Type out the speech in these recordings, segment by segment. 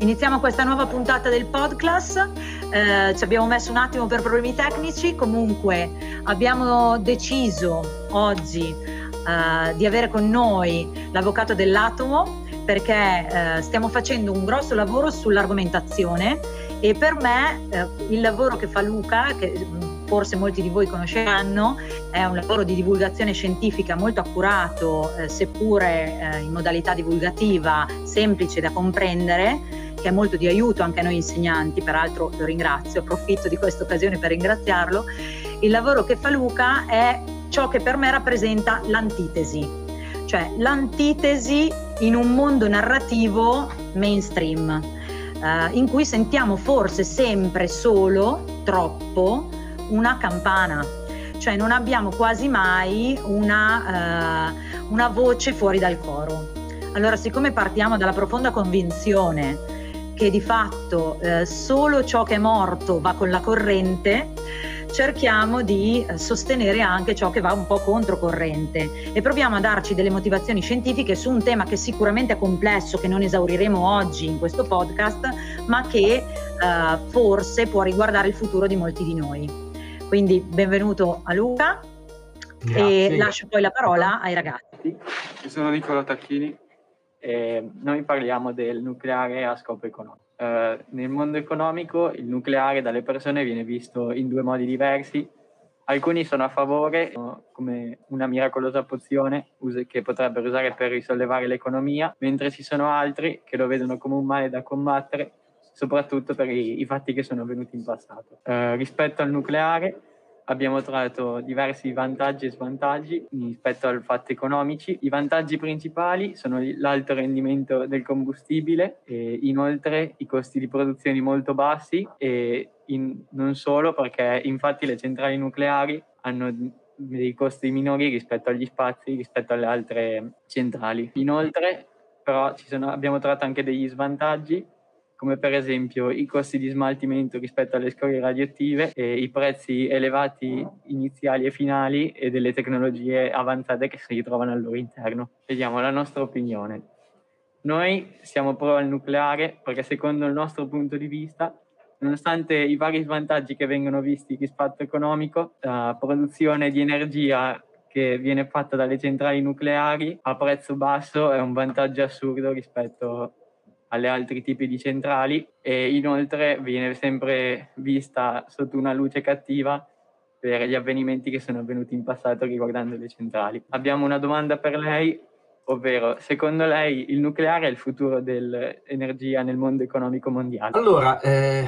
Iniziamo questa nuova puntata del podcast. Ci abbiamo messo un attimo per problemi tecnici, comunque abbiamo deciso oggi di avere con noi l'avvocato dell'atomo, perché stiamo facendo un grosso lavoro sull'argomentazione e per me il lavoro che fa Luca, che forse molti di voi conosceranno, è un lavoro di divulgazione scientifica molto accurato, seppure in modalità divulgativa, semplice da comprendere, che è molto di aiuto anche a noi insegnanti. Peraltro lo ringrazio, approfitto di questa occasione per ringraziarlo. Il lavoro che fa Luca è ciò che per me rappresenta l'antitesi, cioè l'antitesi in un mondo narrativo mainstream, in cui sentiamo forse sempre solo, troppo, una campana, cioè non abbiamo quasi mai una voce fuori dal coro. Allora, siccome partiamo dalla profonda convinzione che di fatto solo ciò che è morto va con la corrente, cerchiamo di sostenere anche ciò che va un po' controcorrente e proviamo a darci delle motivazioni scientifiche su un tema che sicuramente è complesso, che non esauriremo oggi in questo podcast, ma che forse può riguardare il futuro di molti di noi. Quindi benvenuto a Luca. Grazie. E lascio poi la parola ai ragazzi. Io sono Nicola Tacchini e noi parliamo del nucleare a scopo economico. Nel mondo economico il nucleare dalle persone viene visto in due modi diversi. Alcuni sono a favore, come una miracolosa pozione che potrebbero usare per risollevare l'economia, mentre ci sono altri che lo vedono come un male da combattere, soprattutto per i fatti che sono avvenuti in passato. Rispetto al nucleare abbiamo trovato diversi vantaggi e svantaggi rispetto ai fatti economici. I vantaggi principali sono l'alto rendimento del combustibile, e inoltre i costi di produzione molto bassi e non solo, perché infatti le centrali nucleari hanno dei costi minori rispetto agli spazi, rispetto alle altre centrali. Inoltre però abbiamo trovato anche degli svantaggi, come per esempio i costi di smaltimento rispetto alle scorie radioattive e i prezzi elevati iniziali e finali e delle tecnologie avanzate che si ritrovano al loro interno. Vediamo la nostra opinione. Noi siamo pro al nucleare perché secondo il nostro punto di vista, nonostante i vari svantaggi che vengono visti rispetto economico, la produzione di energia che viene fatta dalle centrali nucleari a prezzo basso è un vantaggio assurdo rispetto alle altri tipi di centrali e inoltre viene sempre vista sotto una luce cattiva per gli avvenimenti che sono avvenuti in passato riguardando le centrali. Abbiamo una domanda per lei, ovvero, secondo lei il nucleare è il futuro dell'energia nel mondo economico mondiale? Allora, è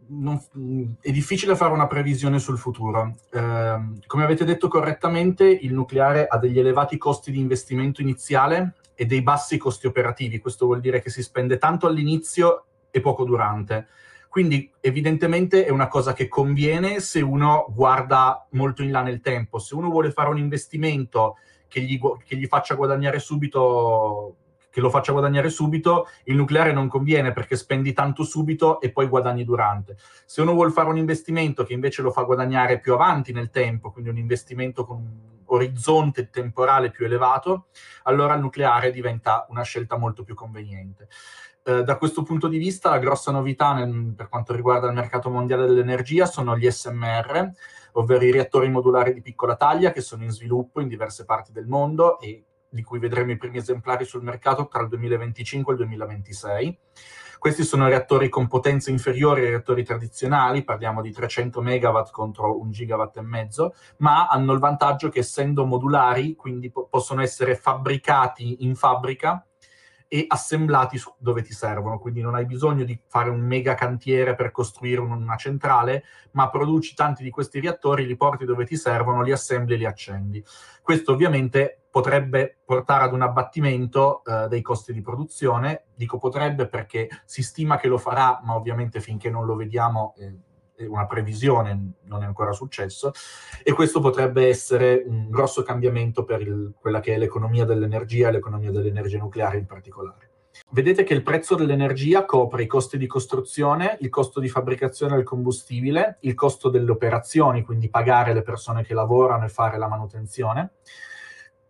difficile fare una previsione sul futuro. Come avete detto correttamente, il nucleare ha degli elevati costi di investimento iniziale e dei bassi costi operativi. Questo vuol dire che si spende tanto all'inizio e poco durante. Quindi evidentemente è una cosa che conviene se uno guarda molto in là nel tempo. Se uno vuole fare un investimento che gli faccia guadagnare subito, che lo faccia guadagnare subito, il nucleare non conviene perché spendi tanto subito e poi guadagni durante. Se uno vuole fare un investimento che invece lo fa guadagnare più avanti nel tempo, quindi un investimento con un orizzonte temporale più elevato, allora il nucleare diventa una scelta molto più conveniente. Da questo punto di vista, la grossa novità per quanto riguarda il mercato mondiale dell'energia sono gli SMR, ovvero i reattori modulari di piccola taglia che sono in sviluppo in diverse parti del mondo e di cui vedremo i primi esemplari sul mercato tra il 2025 e il 2026. Questi sono reattori con potenze inferiori ai reattori tradizionali, parliamo di 300 megawatt contro 1 gigawatt e mezzo, ma hanno il vantaggio che essendo modulari, quindi possono essere fabbricati in fabbrica e assemblati dove ti servono, quindi non hai bisogno di fare un mega cantiere per costruire una centrale, ma produci tanti di questi reattori, li porti dove ti servono, li assembli e li accendi. Questo ovviamente potrebbe portare ad un abbattimento dei costi di produzione. Dico potrebbe perché si stima che lo farà, ma ovviamente finché non lo vediamo è una previsione, non è ancora successo, e questo potrebbe essere un grosso cambiamento per quella che è l'economia dell'energia e l'economia dell'energia nucleare in particolare. Vedete che il prezzo dell'energia copre i costi di costruzione, il costo di fabbricazione del combustibile, il costo delle operazioni, quindi pagare le persone che lavorano e fare la manutenzione,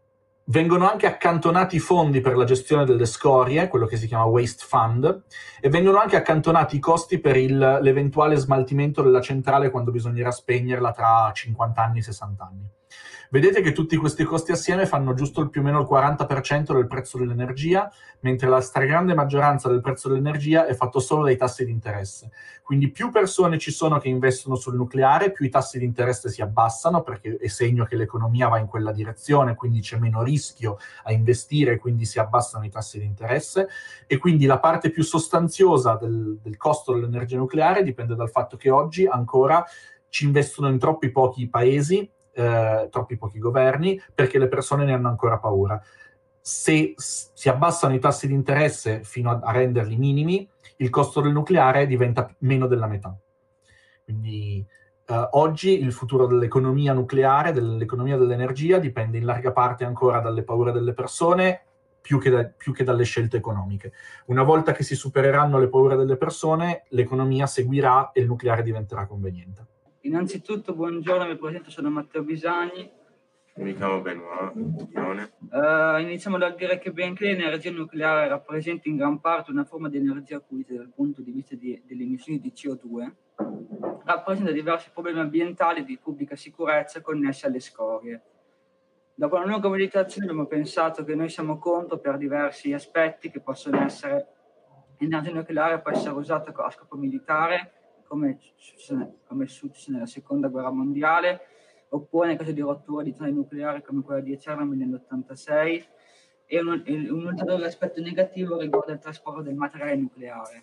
vengono anche accantonati i fondi per la gestione delle scorie, quello che si chiama waste fund, e vengono anche accantonati i costi per l'eventuale smaltimento della centrale quando bisognerà spegnerla tra 50 anni, 60 anni. Vedete che tutti questi costi assieme fanno giusto più o meno il 40% del prezzo dell'energia, mentre la stragrande maggioranza del prezzo dell'energia è fatto solo dai tassi di interesse. Quindi più persone ci sono che investono sul nucleare, più i tassi di interesse si abbassano, perché è segno che l'economia va in quella direzione, quindi c'è meno rischio a investire, quindi si abbassano i tassi di interesse, e quindi la parte più sostanziosa del costo dell'energia nucleare dipende dal fatto che oggi ancora ci investono in troppi pochi paesi, troppi pochi governi, perché le persone ne hanno ancora paura. Se si abbassano i tassi di interesse fino a renderli minimi, il costo del nucleare diventa meno della metà. Quindi oggi il futuro dell'economia nucleare, dell'economia dell'energia, dipende in larga parte ancora dalle paure delle persone, più che dalle scelte economiche. Una volta che si supereranno le paure delle persone, l'economia seguirà e il nucleare diventerà conveniente. Innanzitutto, buongiorno, mi presento, sono Matteo Bisagni. Mi chiamo Benoit. Iniziamo dal dire che benché l'energia nucleare rappresenti in gran parte una forma di energia pulita dal punto di vista delle emissioni di CO2, rappresenta diversi problemi ambientali di pubblica sicurezza connessi alle scorie. Dopo una lunga meditazione abbiamo pensato che noi siamo contro per diversi aspetti, che possono essere: l'energia nucleare può essere usata a scopo militare, come successe nella seconda guerra mondiale, oppure nel caso di rottura di centrali nucleari come quella di Chernobyl nell'86, e un ulteriore aspetto negativo riguarda il trasporto del materiale nucleare.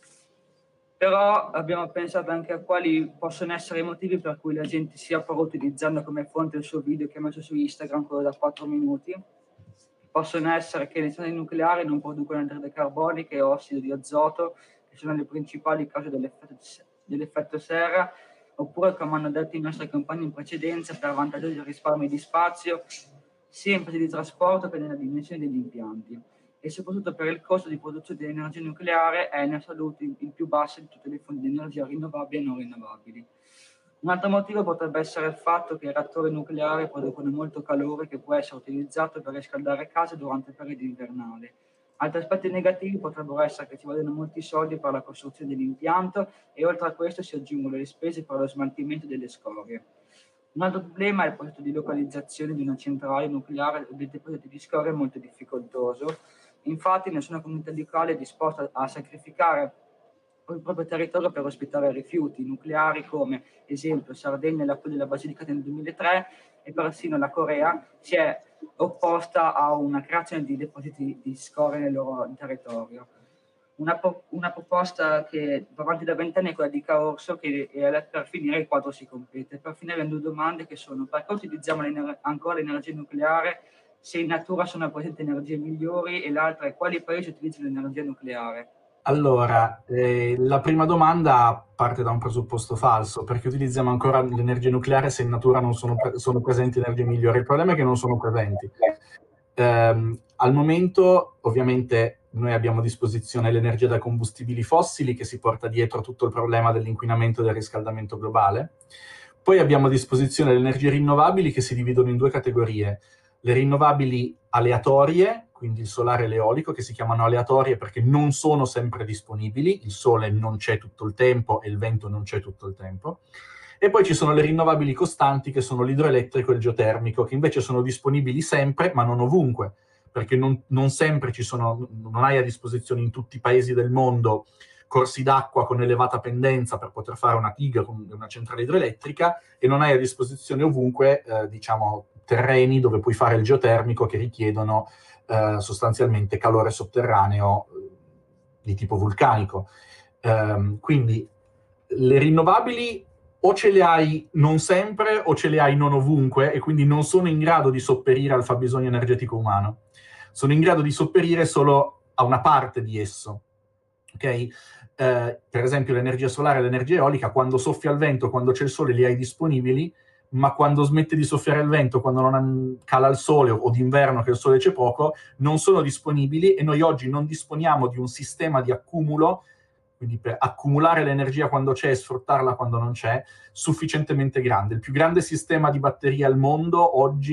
Però abbiamo pensato anche a quali possono essere i motivi per cui la gente sia pur utilizzando come fonte il suo video che ha messo su Instagram, quello da 4 minuti. Possono essere che le centrali nucleari non producono anidride carbonica e ossido di azoto, che sono le principali cause dell'effetto serra, oppure, come hanno detto i nostri compagni in precedenza, per vantaggio del risparmio di spazio, sia in fase di trasporto che nella dimensione degli impianti, e soprattutto per il costo di produzione dell'energia nucleare è in assoluto il più basso di tutte le fonti di energia rinnovabili e non rinnovabili. Un altro motivo potrebbe essere il fatto che i reattori nucleari producono molto calore che può essere utilizzato per riscaldare case durante il periodo invernale. Altri aspetti negativi potrebbero essere che ci vogliono molti soldi per la costruzione dell'impianto e oltre a questo si aggiungono le spese per lo smaltimento delle scorie. Un altro problema è il progetto di localizzazione di una centrale nucleare o dei depositi di scorie molto difficoltoso. Infatti nessuna comunità locale è disposta a sacrificare il proprio territorio per ospitare rifiuti nucleari, come esempio Sardegna e la della Basilicata nel 2003, e persino la Corea si è opposta a una creazione di depositi di scorie nel loro territorio. Una proposta che va avanti da 20 anni è quella di Caorso, che è per finire il quadro si completa. Per finire, 2 domande che sono: perché utilizziamo ancora l'energia nucleare se in natura sono presenti energie migliori, e l'altra è quali paesi utilizzano l'energia nucleare? Allora, la prima domanda parte da un presupposto falso, perché utilizziamo ancora l'energia nucleare se in natura non sono presenti energie migliori. Il problema è che non sono presenti. Al momento, ovviamente, noi abbiamo a disposizione l'energia da combustibili fossili, che si porta dietro tutto il problema dell'inquinamento e del riscaldamento globale. Poi abbiamo a disposizione le energie rinnovabili, che si dividono in 2 categorie. Le rinnovabili aleatorie, quindi il solare e l'eolico, che si chiamano aleatorie perché non sono sempre disponibili, il sole non c'è tutto il tempo e il vento non c'è tutto il tempo. E poi ci sono le rinnovabili costanti, che sono l'idroelettrico e il geotermico, che invece sono disponibili sempre, ma non ovunque, perché non sempre non hai a disposizione in tutti i paesi del mondo corsi d'acqua con elevata pendenza per poter fare una TIG con una centrale idroelettrica, e non hai a disposizione ovunque, terreni dove puoi fare il geotermico, che richiedono sostanzialmente calore sotterraneo di tipo vulcanico. Quindi le rinnovabili o ce le hai non sempre o ce le hai non ovunque, e quindi non sono in grado di sopperire al fabbisogno energetico umano. Sono in grado di sopperire solo a una parte di esso. Ok? Per esempio l'energia solare e l'energia eolica, quando soffia il vento, quando c'è il sole, li hai disponibili, ma quando smette di soffiare il vento, quando non cala il sole, o d'inverno che il sole c'è poco, non sono disponibili, e noi oggi non disponiamo di un sistema di accumulo, quindi per accumulare l'energia quando c'è e sfruttarla quando non c'è, sufficientemente grande. Il più grande sistema di batterie al mondo oggi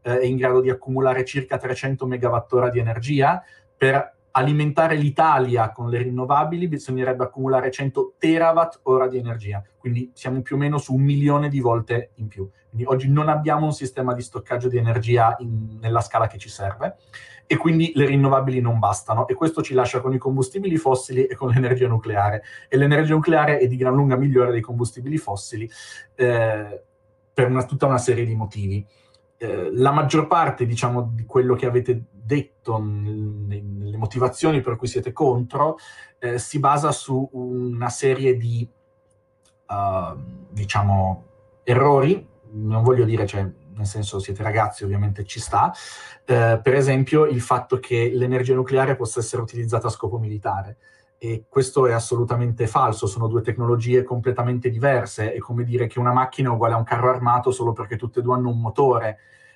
è in grado di accumulare circa 300 megawattora di energia. Per alimentare l'Italia con le rinnovabili bisognerebbe accumulare 100 terawatt ora di energia, quindi siamo più o meno su 1 milione di volte in più. Quindi oggi non abbiamo un sistema di stoccaggio di energia nella scala che ci serve, e quindi le rinnovabili non bastano, e questo ci lascia con i combustibili fossili e con l'energia nucleare, e l'energia nucleare è di gran lunga migliore dei combustibili fossili per tutta una serie di motivi. La maggior parte, diciamo, di quello che avete detto nelle motivazioni per cui siete contro si basa su una serie di diciamo errori. Non voglio dire, cioè, nel senso, siete ragazzi, ovviamente ci sta. Per esempio il fatto che l'energia nucleare possa essere utilizzata a scopo militare, e questo è assolutamente falso. Sono due tecnologie completamente diverse. È come dire che una macchina è uguale a un carro armato solo perché tutte e due hanno un motore.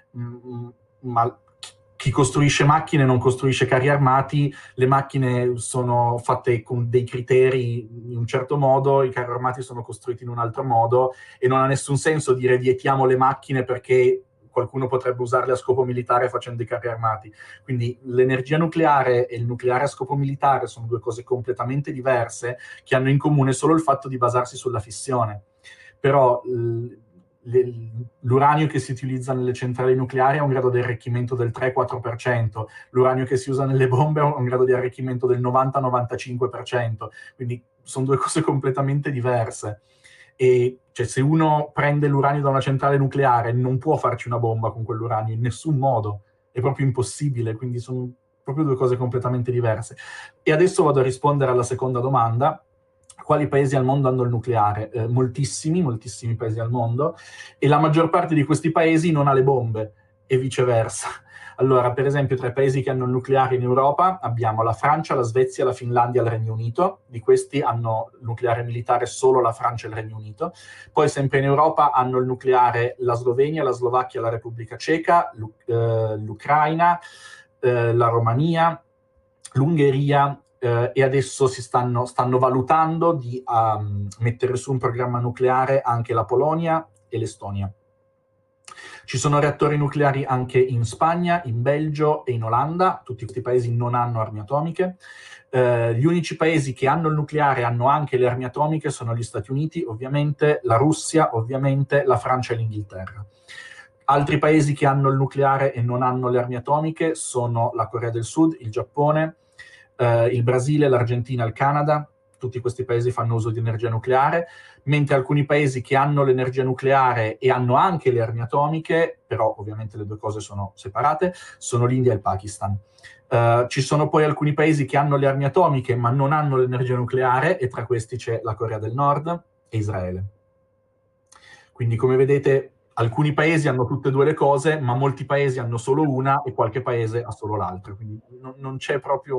Ma chi costruisce macchine non costruisce carri armati. Le macchine sono fatte con dei criteri in un certo modo, i carri armati sono costruiti in un altro modo, e non ha nessun senso dire vietiamo le macchine perché qualcuno potrebbe usarle a scopo militare facendo i carri armati. Quindi l'energia nucleare e il nucleare a scopo militare sono due cose completamente diverse, che hanno in comune solo il fatto di basarsi sulla fissione. Però l'uranio che si utilizza nelle centrali nucleari ha un grado di arricchimento del 3-4%, l'uranio che si usa nelle bombe ha un grado di arricchimento del 90-95%, quindi sono due cose completamente diverse. E cioè, se uno prende l'uranio da una centrale nucleare non può farci una bomba con quell'uranio in nessun modo, è proprio impossibile, quindi sono proprio due cose completamente diverse. E adesso vado a rispondere alla seconda domanda: quali paesi al mondo hanno il nucleare? Moltissimi paesi al mondo, e la maggior parte di questi paesi non ha le bombe, e viceversa. Allora, per esempio, tra i paesi che hanno il nucleare in Europa abbiamo la Francia, la Svezia, la Finlandia e il Regno Unito. Di questi hanno il nucleare militare solo la Francia e il Regno Unito. Poi, sempre in Europa, hanno il nucleare la Slovenia, la Slovacchia, la Repubblica Ceca, l'Ucraina, la Romania, l'Ungheria, e adesso stanno valutando di mettere su un programma nucleare anche la Polonia e l'Estonia. Ci sono reattori nucleari anche in Spagna, in Belgio e in Olanda. Tutti questi paesi non hanno armi atomiche. Gli unici paesi che hanno il nucleare e hanno anche le armi atomiche sono gli Stati Uniti, ovviamente, la Russia, ovviamente, la Francia e l'Inghilterra. Altri paesi che hanno il nucleare e non hanno le armi atomiche sono la Corea del Sud, il Giappone, il Brasile, l'Argentina, il Canada. Tutti questi paesi fanno uso di energia nucleare, mentre alcuni paesi che hanno l'energia nucleare e hanno anche le armi atomiche, però ovviamente le due cose sono separate, sono l'India e il Pakistan. Ci sono poi alcuni paesi che hanno le armi atomiche ma non hanno l'energia nucleare, e tra questi c'è la Corea del Nord e Israele. Quindi, come vedete, alcuni paesi hanno tutte e due le cose, ma molti paesi hanno solo una e qualche paese ha solo l'altra. Quindi non c'è proprio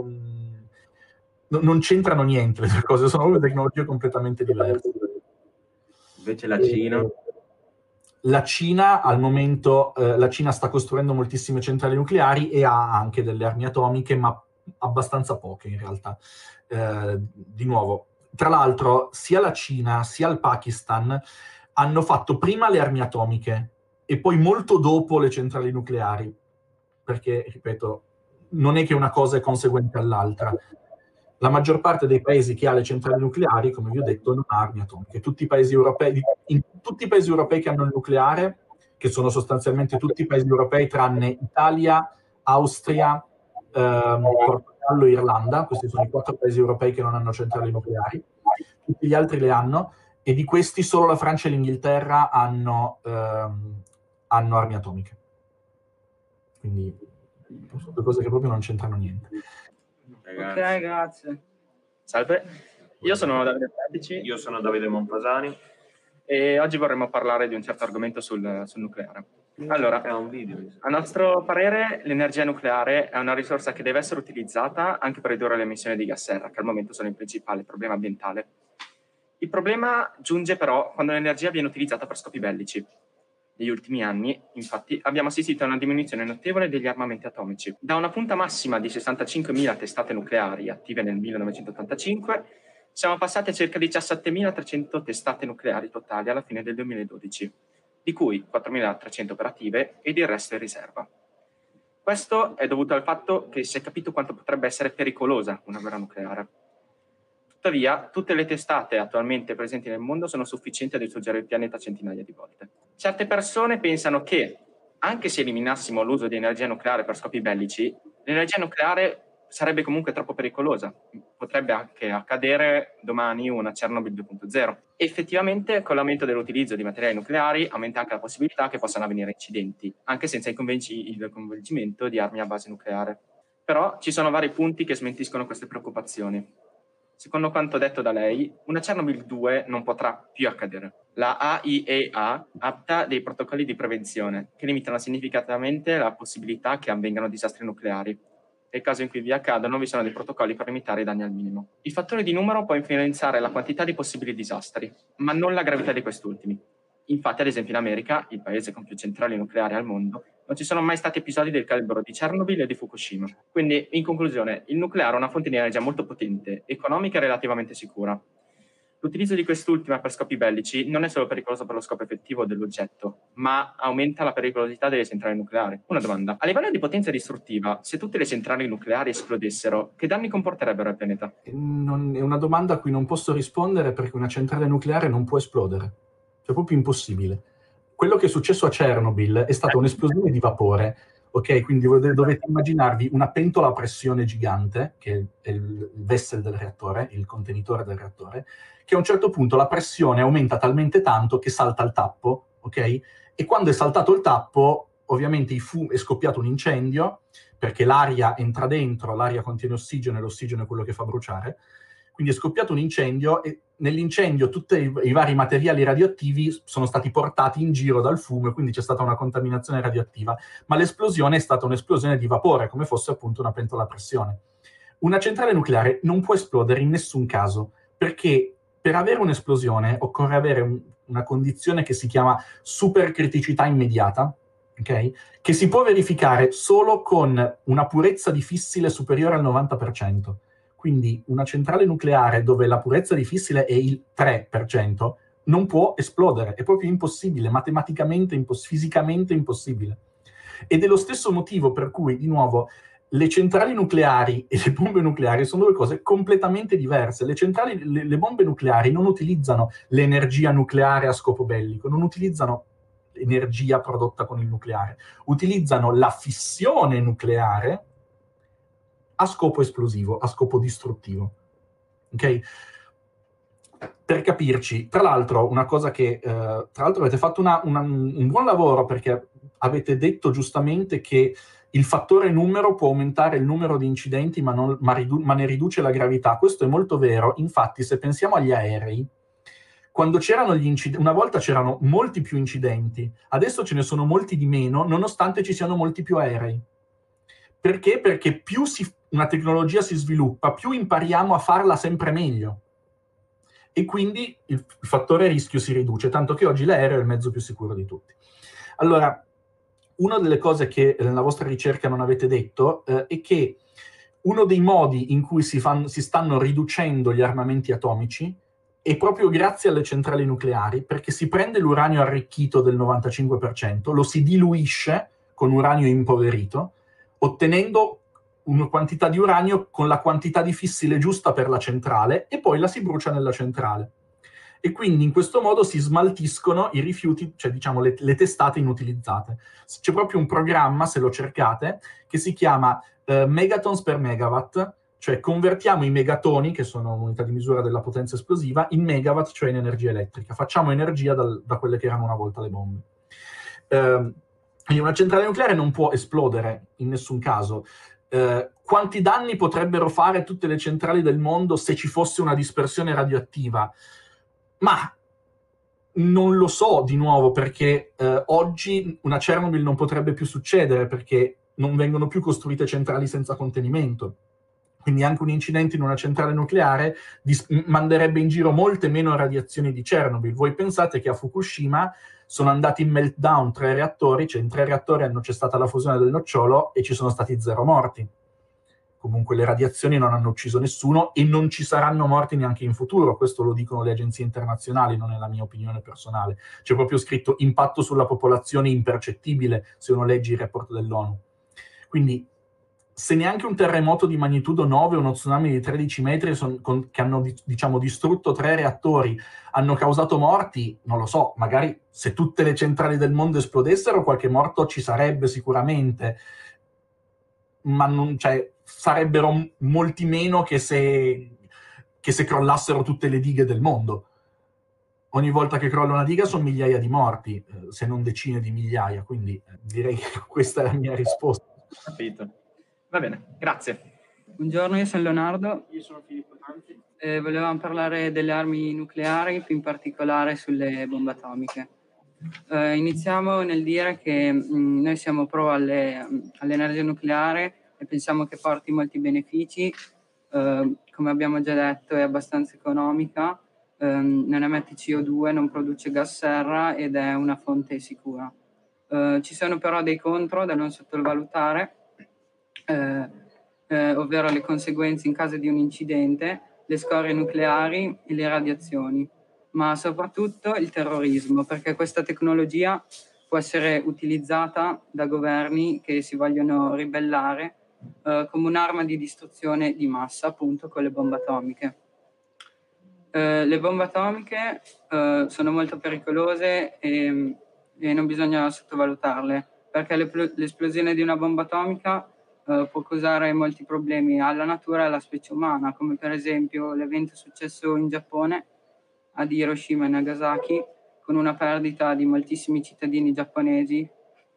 non c'entrano niente le due cose, sono proprio tecnologie completamente diverse. Invece la Cina? La Cina, al momento, la Cina sta costruendo moltissime centrali nucleari e ha anche delle armi atomiche, ma abbastanza poche in realtà. Di nuovo, tra l'altro, sia la Cina sia il Pakistan hanno fatto prima le armi atomiche e poi molto dopo le centrali nucleari, perché, ripeto, non è che una cosa è conseguente all'altra. La maggior parte dei paesi che ha le centrali nucleari, come vi ho detto, non ha armi atomiche. Tutti i paesi europei, in tutti i paesi europei che hanno il nucleare, che sono sostanzialmente tutti i paesi europei tranne Italia, Austria, Portogallo e Irlanda, questi sono i 4 paesi europei che non hanno centrali nucleari, tutti gli altri le hanno, e di questi solo la Francia e l'Inghilterra hanno armi atomiche. Quindi sono due cose che proprio non c'entrano niente. Ok, grazie. Salve, io sono Davide Pratici. Io sono Davide Monfasani. E oggi vorremmo parlare di un certo argomento sul nucleare. Allora, È un video. a nostro parere l'energia nucleare è una risorsa che deve essere utilizzata anche per ridurre le emissioni di gas serra, che al momento sono il principale problema ambientale. Il problema giunge però quando l'energia viene utilizzata per scopi bellici. Negli ultimi anni, infatti, abbiamo assistito a una diminuzione notevole degli armamenti atomici. Da una punta massima di 65.000 testate nucleari attive nel 1985, siamo passati a circa 17.300 testate nucleari totali alla fine del 2012. di cui 4.300 operative ed il resto in riserva. Questo è dovuto al fatto che si è capito quanto potrebbe essere pericolosa una guerra nucleare. Tuttavia, tutte le testate attualmente presenti nel mondo sono sufficienti a distruggere il pianeta centinaia di volte. Certe persone pensano che, anche se eliminassimo l'uso di energia nucleare per scopi bellici, l'energia nucleare sarebbe comunque troppo pericolosa. Potrebbe anche accadere domani una Chernobyl 2.0. Effettivamente, con l'aumento dell'utilizzo di materiali nucleari, aumenta anche la possibilità che possano avvenire incidenti, anche senza il coinvolgimento di armi a base nucleare. Però ci sono vari punti che smentiscono queste preoccupazioni. Secondo quanto detto da lei, una Chernobyl 2 non potrà più accadere. La AIEA adotta dei protocolli di prevenzione che limitano significativamente la possibilità che avvengano disastri nucleari. Nel caso in cui vi accadano, vi sono dei protocolli per limitare i danni al minimo. Il fattore di numero può influenzare la quantità di possibili disastri, ma non la gravità di quest'ultimi. Infatti, ad esempio in America, il paese con più centrali nucleari al mondo, non ci sono mai stati episodi del calibro di Chernobyl e di Fukushima. Quindi, in conclusione, il nucleare è una fonte di energia molto potente, economica e relativamente sicura. L'utilizzo di quest'ultima per scopi bellici non è solo pericoloso per lo scopo effettivo dell'oggetto, ma aumenta la pericolosità delle centrali nucleari. Una domanda: a livello di potenza distruttiva, se tutte le centrali nucleari esplodessero, che danni comporterebbero al pianeta? È una domanda a cui non posso rispondere perché una centrale nucleare non può esplodere. Cioè, è proprio impossibile. Quello che è successo a Chernobyl è stata un'esplosione di vapore, ok? Quindi dovete immaginarvi una pentola a pressione gigante, che è il vessel del reattore, il contenitore del reattore, che a un certo punto la pressione aumenta talmente tanto che salta il tappo, ok? E quando è saltato il tappo, ovviamente è scoppiato un incendio, perché l'aria entra dentro, l'aria contiene ossigeno e l'ossigeno è quello che fa bruciare. Quindi è scoppiato un incendio e nell'incendio tutti i vari materiali radioattivi sono stati portati in giro dal fumo e quindi c'è stata una contaminazione radioattiva. Ma l'esplosione è stata un'esplosione di vapore, come fosse appunto una pentola a pressione. Una centrale nucleare non può esplodere in nessun caso, perché per avere un'esplosione occorre avere una condizione che si chiama supercriticità immediata, okay? Che si può verificare solo con una purezza di fissile superiore al 90%. Quindi una centrale nucleare dove la purezza di fissile è il 3% non può esplodere, è proprio impossibile, matematicamente, fisicamente impossibile. Ed è lo stesso motivo per cui, di nuovo, le centrali nucleari e le bombe nucleari sono due cose completamente diverse. Le bombe nucleari non utilizzano l'energia nucleare a scopo bellico, non utilizzano energia prodotta con il nucleare, utilizzano la fissione nucleare a scopo esplosivo, a scopo distruttivo. Ok? Per capirci, tra l'altro, una cosa che... tra l'altro avete fatto un buon lavoro, perché avete detto giustamente che il fattore numero può aumentare il numero di incidenti, ma ne riduce la gravità. Questo è molto vero. Infatti, se pensiamo agli aerei, quando c'erano gli incidenti, una volta c'erano molti più incidenti, adesso ce ne sono molti di meno, nonostante ci siano molti più aerei. Perché? Perché più una tecnologia si sviluppa, più impariamo a farla sempre meglio. E quindi il fattore rischio si riduce, tanto che oggi l'aereo è il mezzo più sicuro di tutti. Allora, una delle cose che nella vostra ricerca non avete detto è che uno dei modi in cui si stanno riducendo gli armamenti atomici è proprio grazie alle centrali nucleari, perché si prende l'uranio arricchito del 95%, lo si diluisce con uranio impoverito, ottenendo una quantità di uranio con la quantità di fissile giusta per la centrale e poi la si brucia nella centrale. E quindi in questo modo si smaltiscono i rifiuti, cioè diciamo le testate inutilizzate. C'è proprio un programma, se lo cercate, che si chiama megatons per megawatt, cioè convertiamo i megatoni, che sono un'unità di misura della potenza esplosiva, in megawatt, cioè in energia elettrica. Facciamo energia da quelle che erano una volta le bombe. Quindi una centrale nucleare non può esplodere in nessun caso. Quanti danni potrebbero fare tutte le centrali del mondo se ci fosse una dispersione radioattiva? Ma non lo so, di nuovo, perché oggi una Chernobyl non potrebbe più succedere, perché non vengono più costruite centrali senza contenimento. Quindi anche un incidente in una centrale nucleare manderebbe in giro molte meno radiazioni di Chernobyl. Voi pensate che a Fukushima sono andati in meltdown 3 reattori, cioè in 3 reattori c'è stata la fusione del nocciolo e ci sono stati 0 morti. comunque le radiazioni non hanno ucciso nessuno e non ci saranno morti neanche in futuro. Questo lo dicono le agenzie internazionali, non è la mia opinione personale. C'è proprio scritto impatto sulla popolazione impercettibile se uno legge il report dell'ONU. Quindi se neanche un terremoto di magnitudo 9 o uno tsunami di 13 metri che hanno diciamo distrutto 3 reattori hanno causato morti, non lo so, magari se tutte le centrali del mondo esplodessero qualche morto ci sarebbe sicuramente, ma non, cioè, sarebbero molti meno che se crollassero tutte le dighe del mondo. Ogni volta che crolla una diga sono migliaia di morti, se non decine di migliaia, quindi direi che questa è la mia risposta. Capito. Va bene, grazie. Buongiorno, io sono Leonardo. Io sono Filippo Tanti. Volevamo parlare delle armi nucleari, più in particolare sulle bombe atomiche. Iniziamo nel dire che noi siamo pro all'energia nucleare e pensiamo che porti molti benefici. Come abbiamo già detto, è abbastanza economica, non emette CO2, non produce gas serra ed è una fonte sicura. Ci sono però dei contro da non sottovalutare, ovvero le conseguenze in caso di un incidente, le scorie nucleari e le radiazioni, ma soprattutto il terrorismo, perché questa tecnologia può essere utilizzata da governi che si vogliono ribellare come un'arma di distruzione di massa, appunto con le bombe atomiche. Le bombe atomiche sono molto pericolose e non bisogna sottovalutarle, perché l'esplosione di una bomba atomica può causare molti problemi alla natura e alla specie umana, come per esempio l'evento successo in Giappone ad Hiroshima e Nagasaki, con una perdita di moltissimi cittadini giapponesi.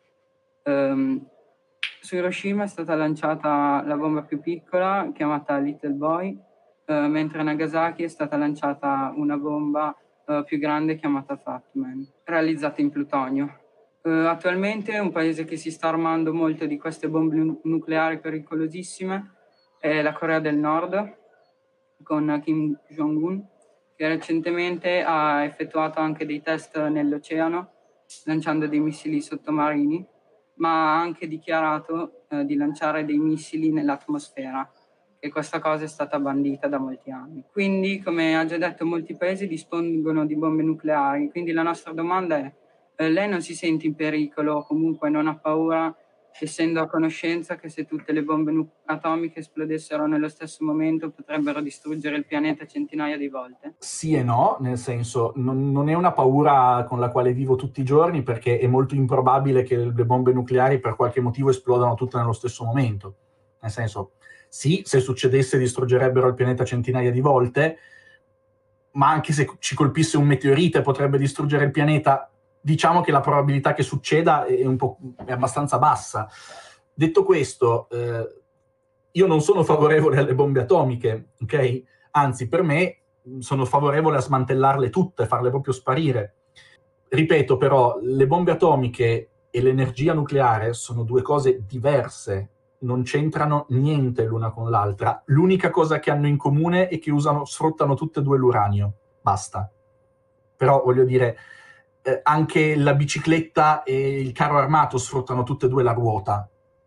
Su Hiroshima è stata lanciata la bomba più piccola, chiamata Little Boy, mentre a Nagasaki è stata lanciata una bomba più grande chiamata Fat Man, realizzata in plutonio. Attualmente un paese che si sta armando molto di queste bombe nucleari pericolosissime è la Corea del Nord, con Kim Jong-un, che recentemente ha effettuato anche dei test nell'oceano, lanciando dei missili sottomarini, ma ha anche dichiarato di lanciare dei missili nell'atmosfera, e questa cosa è stata bandita da molti anni. Quindi, come ha già detto, molti paesi dispongono di bombe nucleari, quindi la nostra domanda è: lei non si sente in pericolo, comunque non ha paura, essendo a conoscenza che se tutte le bombe atomiche esplodessero nello stesso momento potrebbero distruggere il pianeta centinaia di volte? Sì e no, nel senso, non è una paura con la quale vivo tutti i giorni, perché è molto improbabile che le bombe nucleari per qualche motivo esplodano tutte nello stesso momento. Nel senso, sì, se succedesse distruggerebbero il pianeta centinaia di volte, ma anche se ci colpisse un meteorite e potrebbe distruggere il pianeta, diciamo che la probabilità che succeda è abbastanza bassa. Detto questo, io non sono favorevole alle bombe atomiche, ok? Anzi, per me sono favorevole a smantellarle tutte, farle proprio sparire. Ripeto però, le bombe atomiche e l'energia nucleare sono due cose diverse, non c'entrano niente l'una con l'altra. L'unica cosa che hanno in comune è che sfruttano tutte e due l'uranio, basta. Però, voglio dire, anche la bicicletta e il carro armato sfruttano tutte e due la ruota,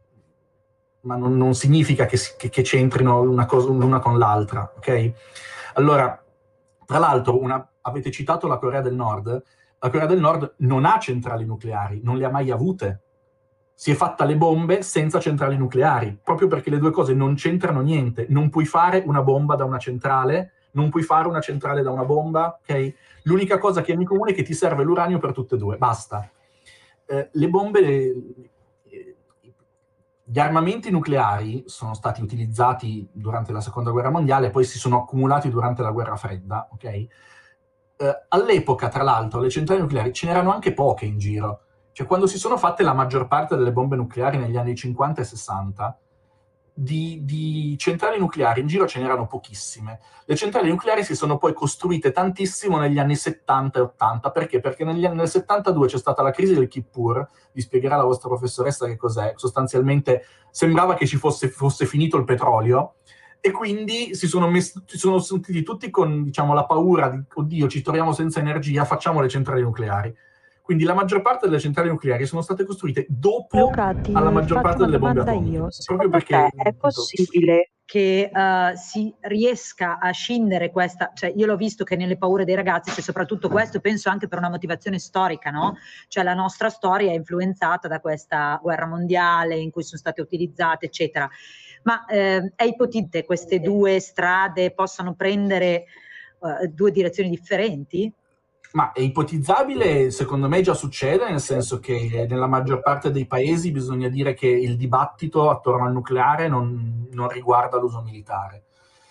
ma non significa che c'entrino una cosa l'una con l'altra, ok? Allora, tra l'altro, avete citato la Corea del Nord. La Corea del Nord non ha centrali nucleari, non le ha mai avute. Si è fatta le bombe senza centrali nucleari, proprio perché le due cose non c'entrano niente. Non puoi fare una bomba da una centrale, non puoi fare una centrale da una bomba, ok? L'unica cosa che hanno in comune è che ti serve l'uranio per tutte e due, basta. Le bombe, gli armamenti nucleari sono stati utilizzati durante la Seconda Guerra Mondiale, poi si sono accumulati durante la Guerra Fredda, ok? All'epoca, tra l'altro, le centrali nucleari ce n'erano anche poche in giro. Cioè, quando si sono fatte la maggior parte delle bombe nucleari negli anni 50 e 60, di centrali nucleari in giro ce n'erano pochissime. Le centrali nucleari si sono poi costruite tantissimo negli anni 70 e 80. Perché? Perché nel 72 c'è stata la crisi del Kippur, vi spiegherà la vostra professoressa che cos'è. Sostanzialmente sembrava che ci fosse finito il petrolio, e quindi si sono sentiti tutti con, diciamo, la paura di oddio, ci troviamo senza energia, facciamo le centrali nucleari. Quindi la maggior parte delle centrali nucleari sono state costruite dopo alla maggior parte delle bombe atomiche. Proprio perché è possibile che si riesca a scindere questa, cioè io l'ho visto che nelle paure dei ragazzi c'è soprattutto questo, penso anche per una motivazione storica, no? Cioè la nostra storia è influenzata da questa guerra mondiale in cui sono state utilizzate, eccetera. Ma è ipotetico queste due strade possano prendere due direzioni differenti? Ma è ipotizzabile, secondo me già succede, nel senso che nella maggior parte dei paesi bisogna dire che il dibattito attorno al nucleare non riguarda l'uso militare.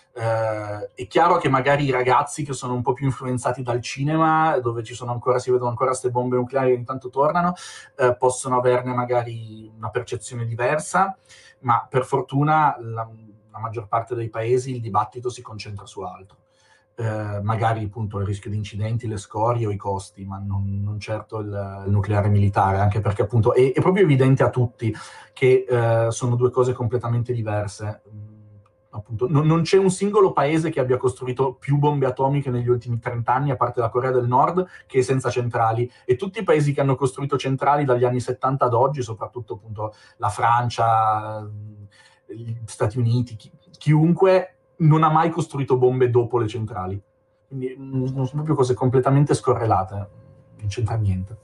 È chiaro che magari i ragazzi che sono un po' più influenzati dal cinema, dove si vedono ancora queste bombe nucleari che ogni tanto tornano, possono averne magari una percezione diversa, ma per fortuna la maggior parte dei paesi il dibattito si concentra su altro. Magari appunto il rischio di incidenti, le scorie o i costi, ma non certo il nucleare militare, anche perché appunto è proprio evidente a tutti che sono due cose completamente diverse. Appunto, non c'è un singolo paese che abbia costruito più bombe atomiche negli ultimi 30 anni, a parte la Corea del Nord, che è senza centrali. E tutti i paesi che hanno costruito centrali dagli anni 70 ad oggi, soprattutto appunto la Francia, gli Stati Uniti, chiunque non ha mai costruito bombe dopo le centrali. Quindi sono proprio cose completamente scorrelate, non c'entra niente.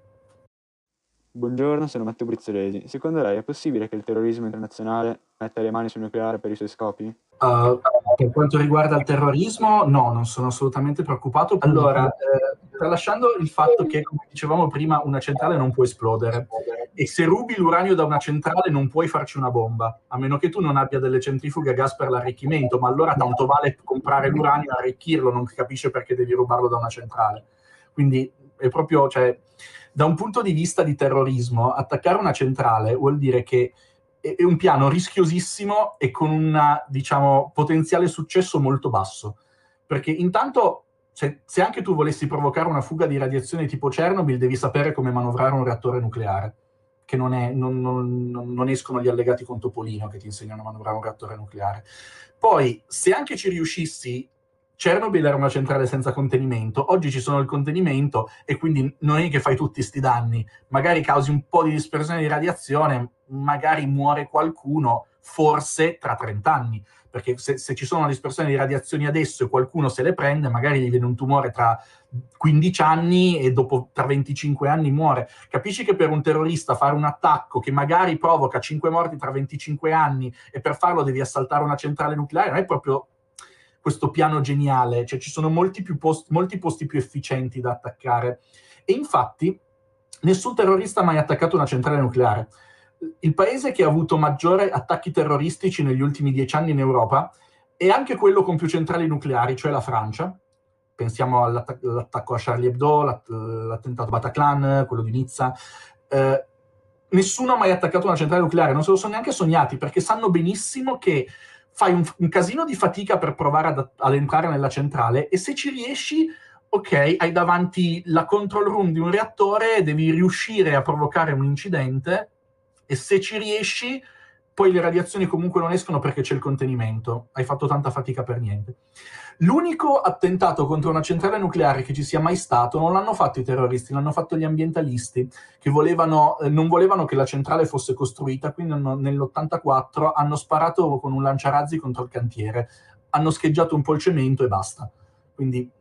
Buongiorno, sono Matteo Brizzolesi. Secondo lei è possibile che il terrorismo internazionale metta le mani sul nucleare per i suoi scopi? Per quanto riguarda il terrorismo, no, non sono assolutamente preoccupato. Allora, tralasciando il fatto che, come dicevamo prima, una centrale non può esplodere, e se rubi l'uranio da una centrale non puoi farci una bomba, a meno che tu non abbia delle centrifughe a gas per l'arricchimento, ma allora tanto vale comprare l'uranio e arricchirlo, non capisce perché devi rubarlo da una centrale. Quindi è proprio, cioè, da un punto di vista di terrorismo, attaccare una centrale vuol dire che è un piano rischiosissimo e con un, diciamo, potenziale successo molto basso. Perché intanto, se anche tu volessi provocare una fuga di radiazione tipo Chernobyl, devi sapere come manovrare un reattore nucleare, che non escono gli allegati con Topolino che ti insegnano a manovrare un reattore nucleare. Poi, se anche ci riuscissi, Chernobyl era una centrale senza contenimento, oggi ci sono il contenimento e quindi non è che fai tutti sti danni, magari causi un po' di dispersione di radiazione, magari muore qualcuno, forse tra 30 anni, perché se ci sono una dispersione di radiazioni adesso e qualcuno se le prende, magari gli viene un tumore tra 15 anni e dopo tra 25 anni muore. Capisci che per un terrorista fare un attacco che magari provoca 5 morti tra 25 anni e per farlo devi assaltare una centrale nucleare, non è proprio questo piano geniale, cioè ci sono molti posti più efficienti da attaccare. E infatti nessun terrorista ha mai attaccato una centrale nucleare. Il paese che ha avuto maggiori attacchi terroristici negli ultimi 10 anni in Europa è anche quello con più centrali nucleari, cioè la Francia. Pensiamo all'attacco a Charlie Hebdo, l'attentato Bataclan, quello di Nizza. Nessuno ha mai attaccato una centrale nucleare, non se lo sono neanche sognati, perché sanno benissimo che fai un casino di fatica per provare ad entrare nella centrale e se ci riesci, ok, hai davanti la control room di un reattore, devi riuscire a provocare un incidente e se ci riesci, poi le radiazioni comunque non escono perché c'è il contenimento. Hai fatto tanta fatica per niente. L'unico attentato contro una centrale nucleare che ci sia mai stato non l'hanno fatto i terroristi, l'hanno fatto gli ambientalisti che non volevano che la centrale fosse costruita, quindi nell'84 hanno sparato con un lanciarazzi contro il cantiere, hanno scheggiato un po' il cemento e basta. Quindi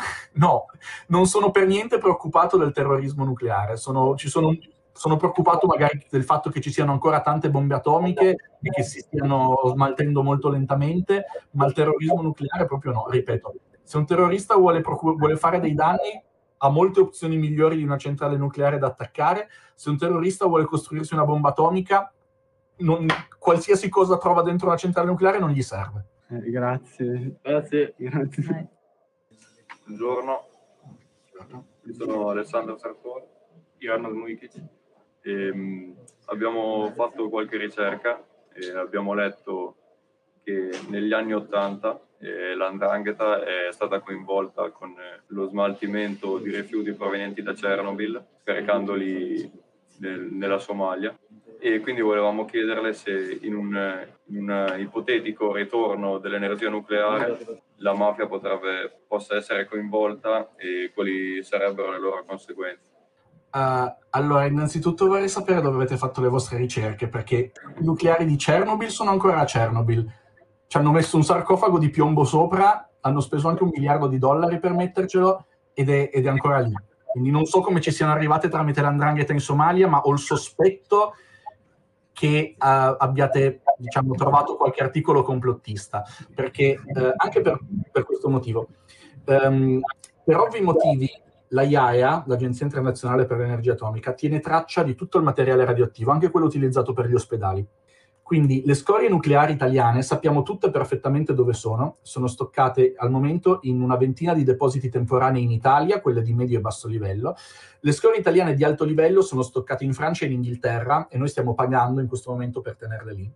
no, non sono per niente preoccupato del terrorismo nucleare, sono preoccupato magari del fatto che ci siano ancora tante bombe atomiche e che si stiano smaltendo molto lentamente, ma il terrorismo nucleare proprio no, ripeto. Se un terrorista vuole fare dei danni, ha molte opzioni migliori di una centrale nucleare da attaccare. Se un terrorista vuole costruirsi una bomba atomica, qualsiasi cosa trova dentro una centrale nucleare non gli serve. Grazie. Buongiorno, io sono Alessandro Sartori, io Arnold Mujkic. Abbiamo fatto qualche ricerca e abbiamo letto che negli anni '80 l''ndrangheta è stata coinvolta con lo smaltimento di rifiuti provenienti da Chernobyl, scaricandoli nella Somalia. E quindi volevamo chiederle se in un ipotetico ritorno dell'energia nucleare la mafia possa essere coinvolta e quali sarebbero le loro conseguenze. Allora, innanzitutto vorrei sapere dove avete fatto le vostre ricerche, perché i nucleari di Chernobyl sono ancora a Chernobyl. Ci hanno messo un sarcofago di piombo sopra, hanno speso anche $1 miliardo per mettercelo ed è ancora lì. Quindi non so come ci siano arrivate tramite l''ndrangheta in Somalia, ma ho il sospetto che abbiate, diciamo, trovato qualche articolo complottista, perché anche per questo motivo. Per ovvi motivi la IAEA, l'Agenzia Internazionale per l'Energia Atomica, tiene traccia di tutto il materiale radioattivo, anche quello utilizzato per gli ospedali. Quindi le scorie nucleari italiane sappiamo tutte perfettamente dove sono stoccate al momento in una ventina di depositi temporanei in Italia, quelle di medio e basso livello. Le scorie italiane di alto livello sono stoccate in Francia e in Inghilterra e noi stiamo pagando in questo momento per tenerle lì.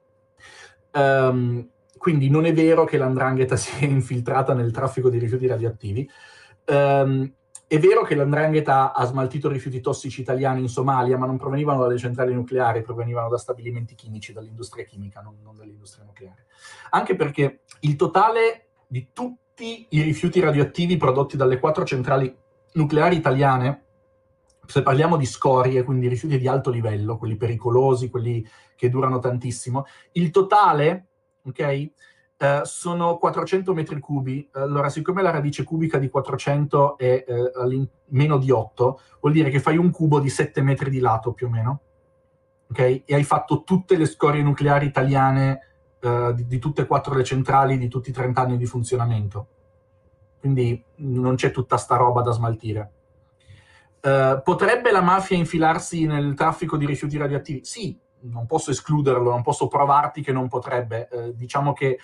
Quindi non è vero che l''ndrangheta si è infiltrata nel traffico di rifiuti radioattivi. È vero che l''ndrangheta ha smaltito rifiuti tossici italiani in Somalia, ma non provenivano dalle centrali nucleari, provenivano da stabilimenti chimici, dall'industria chimica, non dall'industria nucleare. Anche perché il totale di tutti i rifiuti radioattivi prodotti dalle 4 centrali nucleari italiane, se parliamo di scorie, quindi rifiuti di alto livello, quelli pericolosi, quelli che durano tantissimo, il totale, ok? Sono 400 metri cubi. Allora, siccome la radice cubica di 400 è meno di 8, vuol dire che fai un cubo di 7 metri di lato, più o meno, ok? E hai fatto tutte le scorie nucleari italiane di tutte e 4 le centrali, di tutti i 30 anni di funzionamento. Quindi non c'è tutta sta roba da smaltire. Potrebbe la mafia infilarsi nel traffico di rifiuti radioattivi? Sì, non posso escluderlo, non posso provarti che non potrebbe. Diciamo che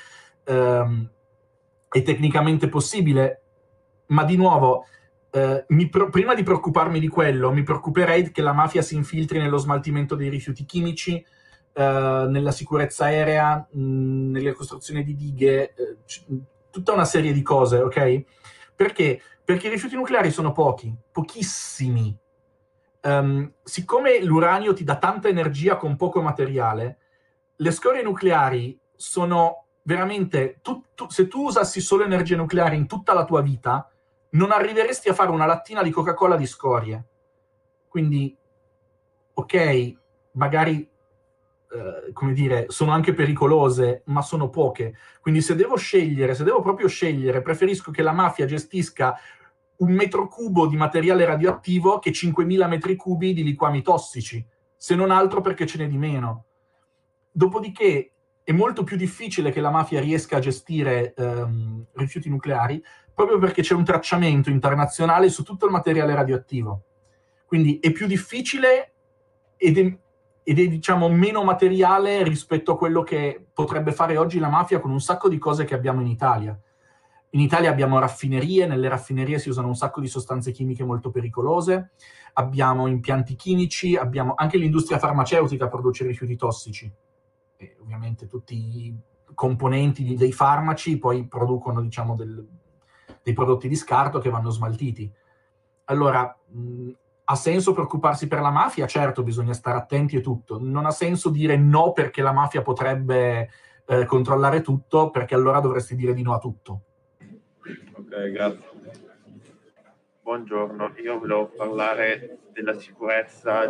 è tecnicamente possibile, ma di nuovo, prima di preoccuparmi di quello, mi preoccuperei che la mafia si infiltri nello smaltimento dei rifiuti chimici, nella sicurezza aerea, nelle costruzioni di dighe, tutta una serie di cose, ok? Perché? Perché i rifiuti nucleari sono pochissimi. Siccome l'uranio ti dà tanta energia con poco materiale, le scorie nucleari sono veramente... se tu usassi solo energia nucleare in tutta la tua vita, non arriveresti a fare una lattina di Coca-Cola di scorie. Quindi, ok, magari, come dire, sono anche pericolose, ma sono poche. Quindi se devo proprio scegliere, preferisco che la mafia gestisca 1 metro cubo di materiale radioattivo che 5.000 metri cubi di liquami tossici, se non altro perché ce n'è di meno. Dopodiché è molto più difficile che la mafia riesca a gestire rifiuti nucleari, proprio perché c'è un tracciamento internazionale su tutto il materiale radioattivo. Quindi è più difficile ed è diciamo meno materiale rispetto a quello che potrebbe fare oggi la mafia con un sacco di cose che abbiamo in Italia. In Italia abbiamo raffinerie, nelle raffinerie si usano un sacco di sostanze chimiche molto pericolose, abbiamo impianti chimici, abbiamo anche l'industria farmaceutica produce rifiuti tossici. E ovviamente tutti i componenti dei farmaci poi producono, diciamo, dei prodotti di scarto che vanno smaltiti. Allora, ha senso preoccuparsi per la mafia? Certo, bisogna stare attenti e tutto. Non ha senso dire no perché la mafia potrebbe controllare tutto, perché allora dovresti dire di no a tutto. Ok, grazie. Buongiorno, io volevo parlare della sicurezza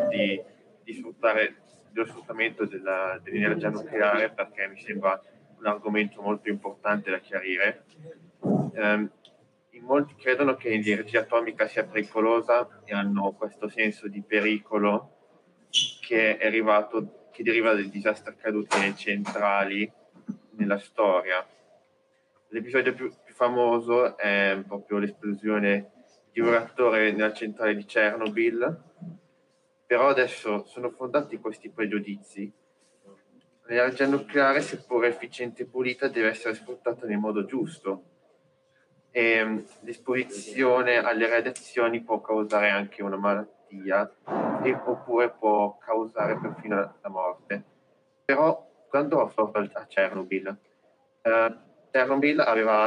dello sfruttamento dell'energia nucleare, perché mi sembra un argomento molto importante da chiarire. In molti credono che l'energia atomica sia pericolosa e hanno questo senso di pericolo che deriva dai disastri accaduti nelle centrali nella storia. L'episodio più famoso è proprio l'esplosione di un reattore nella centrale di Chernobyl, però adesso sono fondati questi pregiudizi. L'energia nucleare, seppur efficiente e pulita, deve essere sfruttata nel modo giusto e l'esposizione alle radiazioni può causare anche una malattia oppure può causare perfino la morte. Però quando ho fatto a Chernobyl, Chernobyl aveva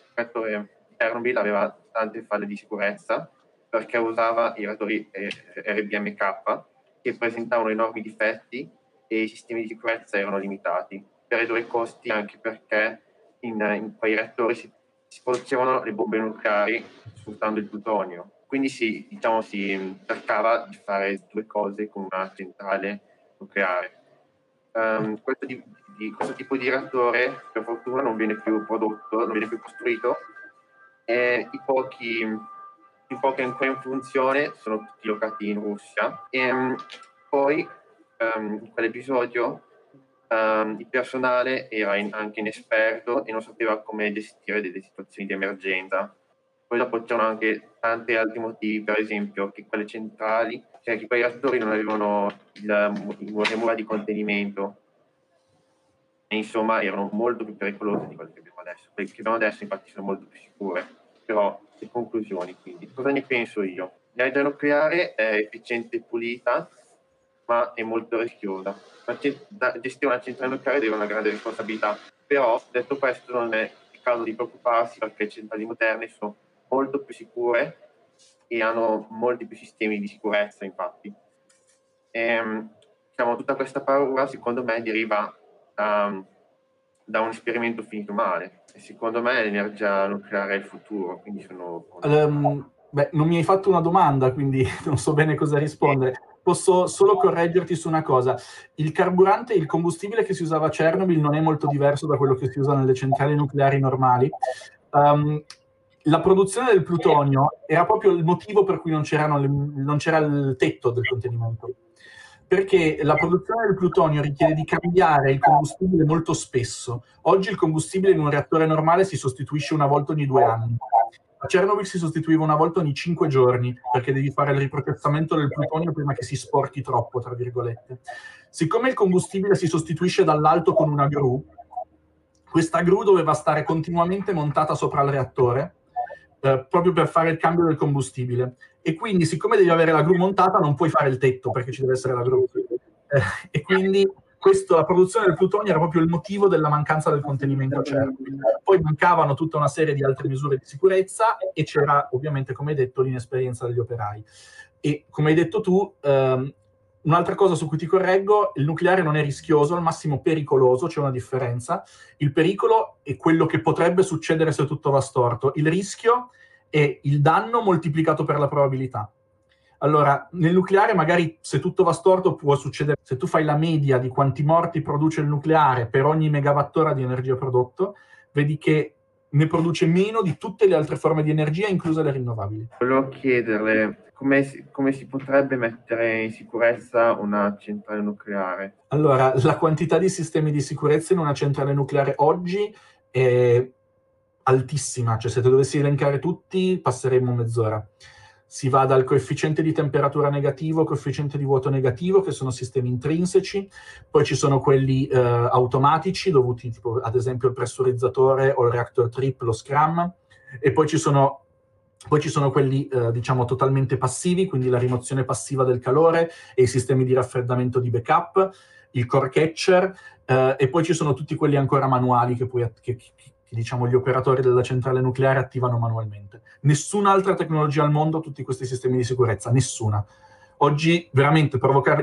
tante falle di sicurezza perché usava i reattori RBMK che presentavano enormi difetti e i sistemi di sicurezza erano limitati per ridurre i costi, anche perché in quei reattori si producevano le bombe nucleari sfruttando il plutonio, quindi si cercava di fare due cose con una centrale nucleare. Questo tipo di reattore, per fortuna, non viene più prodotto, non viene più costruito, e i pochi ancora in funzione sono tutti locati in Russia. E poi in quell'episodio il personale era anche inesperto e non sapeva come gestire delle situazioni di emergenza. Poi dopo c'erano anche tanti altri motivi, per esempio che quelle centrali, cioè che quei reattori non avevano il remora di contenimento, e insomma erano molto più pericolose di quelle che abbiamo adesso. Quelle che abbiamo adesso infatti sono molto più sicure. Però le conclusioni, quindi, cosa ne penso io? L'energia nucleare è efficiente e pulita, ma è molto rischiosa. Gestire una centrale nucleare deve avere una grande responsabilità, però detto questo non è il caso di preoccuparsi, perché le centrali moderne sono molto più sicure e hanno molti più sistemi di sicurezza, infatti. Tutta questa paura, secondo me, deriva da un esperimento finito male. E secondo me l'energia nucleare è il futuro, quindi non mi hai fatto una domanda, quindi non so bene cosa rispondere. Posso solo correggerti su una cosa. Il carburante, il combustibile che si usava a Chernobyl non è molto diverso da quello che si usa nelle centrali nucleari normali. La produzione del plutonio era proprio il motivo per cui non c'era il tetto del contenimento. Perché la produzione del plutonio richiede di cambiare il combustibile molto spesso. Oggi il combustibile in un reattore normale si sostituisce una volta ogni 2 anni. A Chernobyl si sostituiva una volta ogni 5 giorni, perché devi fare il riprocessamento del plutonio prima che si sporchi troppo, tra virgolette. Siccome il combustibile si sostituisce dall'alto con una gru, questa gru doveva stare continuamente montata sopra il reattore, proprio per fare il cambio del combustibile. E quindi, siccome devi avere la gru montata, non puoi fare il tetto, perché ci deve essere la gru. E quindi la produzione del plutonio era proprio il motivo della mancanza del contenimento a Chernobyl. Poi mancavano tutta una serie di altre misure di sicurezza e c'era, ovviamente, come hai detto, l'inesperienza degli operai. E come hai detto tu, un'altra cosa su cui ti correggo: il nucleare non è rischioso, al massimo pericoloso, c'è una differenza. Il pericolo è quello che potrebbe succedere se tutto va storto. Il rischio è il danno moltiplicato per la probabilità. Allora, nel nucleare magari se tutto va storto può succedere, se tu fai la media di quanti morti produce il nucleare per ogni megawattora di energia prodotto, vedi che ne produce meno di tutte le altre forme di energia, incluse le rinnovabili. Volevo chiederle come si potrebbe mettere in sicurezza una centrale nucleare. Allora, la quantità di sistemi di sicurezza in una centrale nucleare oggi è altissima, cioè se te dovessi elencare tutti passeremmo mezz'ora. Si va dal coefficiente di temperatura negativo, coefficiente di vuoto negativo, che sono sistemi intrinseci, poi ci sono quelli automatici, dovuti tipo ad esempio al pressurizzatore o il reactor trip, lo SCRAM, e poi ci sono quelli diciamo totalmente passivi, quindi la rimozione passiva del calore e i sistemi di raffreddamento di backup, il core catcher, e poi ci sono tutti quelli ancora manuali che diciamo gli operatori della centrale nucleare attivano manualmente. Nessun'altra tecnologia al mondo ha tutti questi sistemi di sicurezza, nessuna. Oggi veramente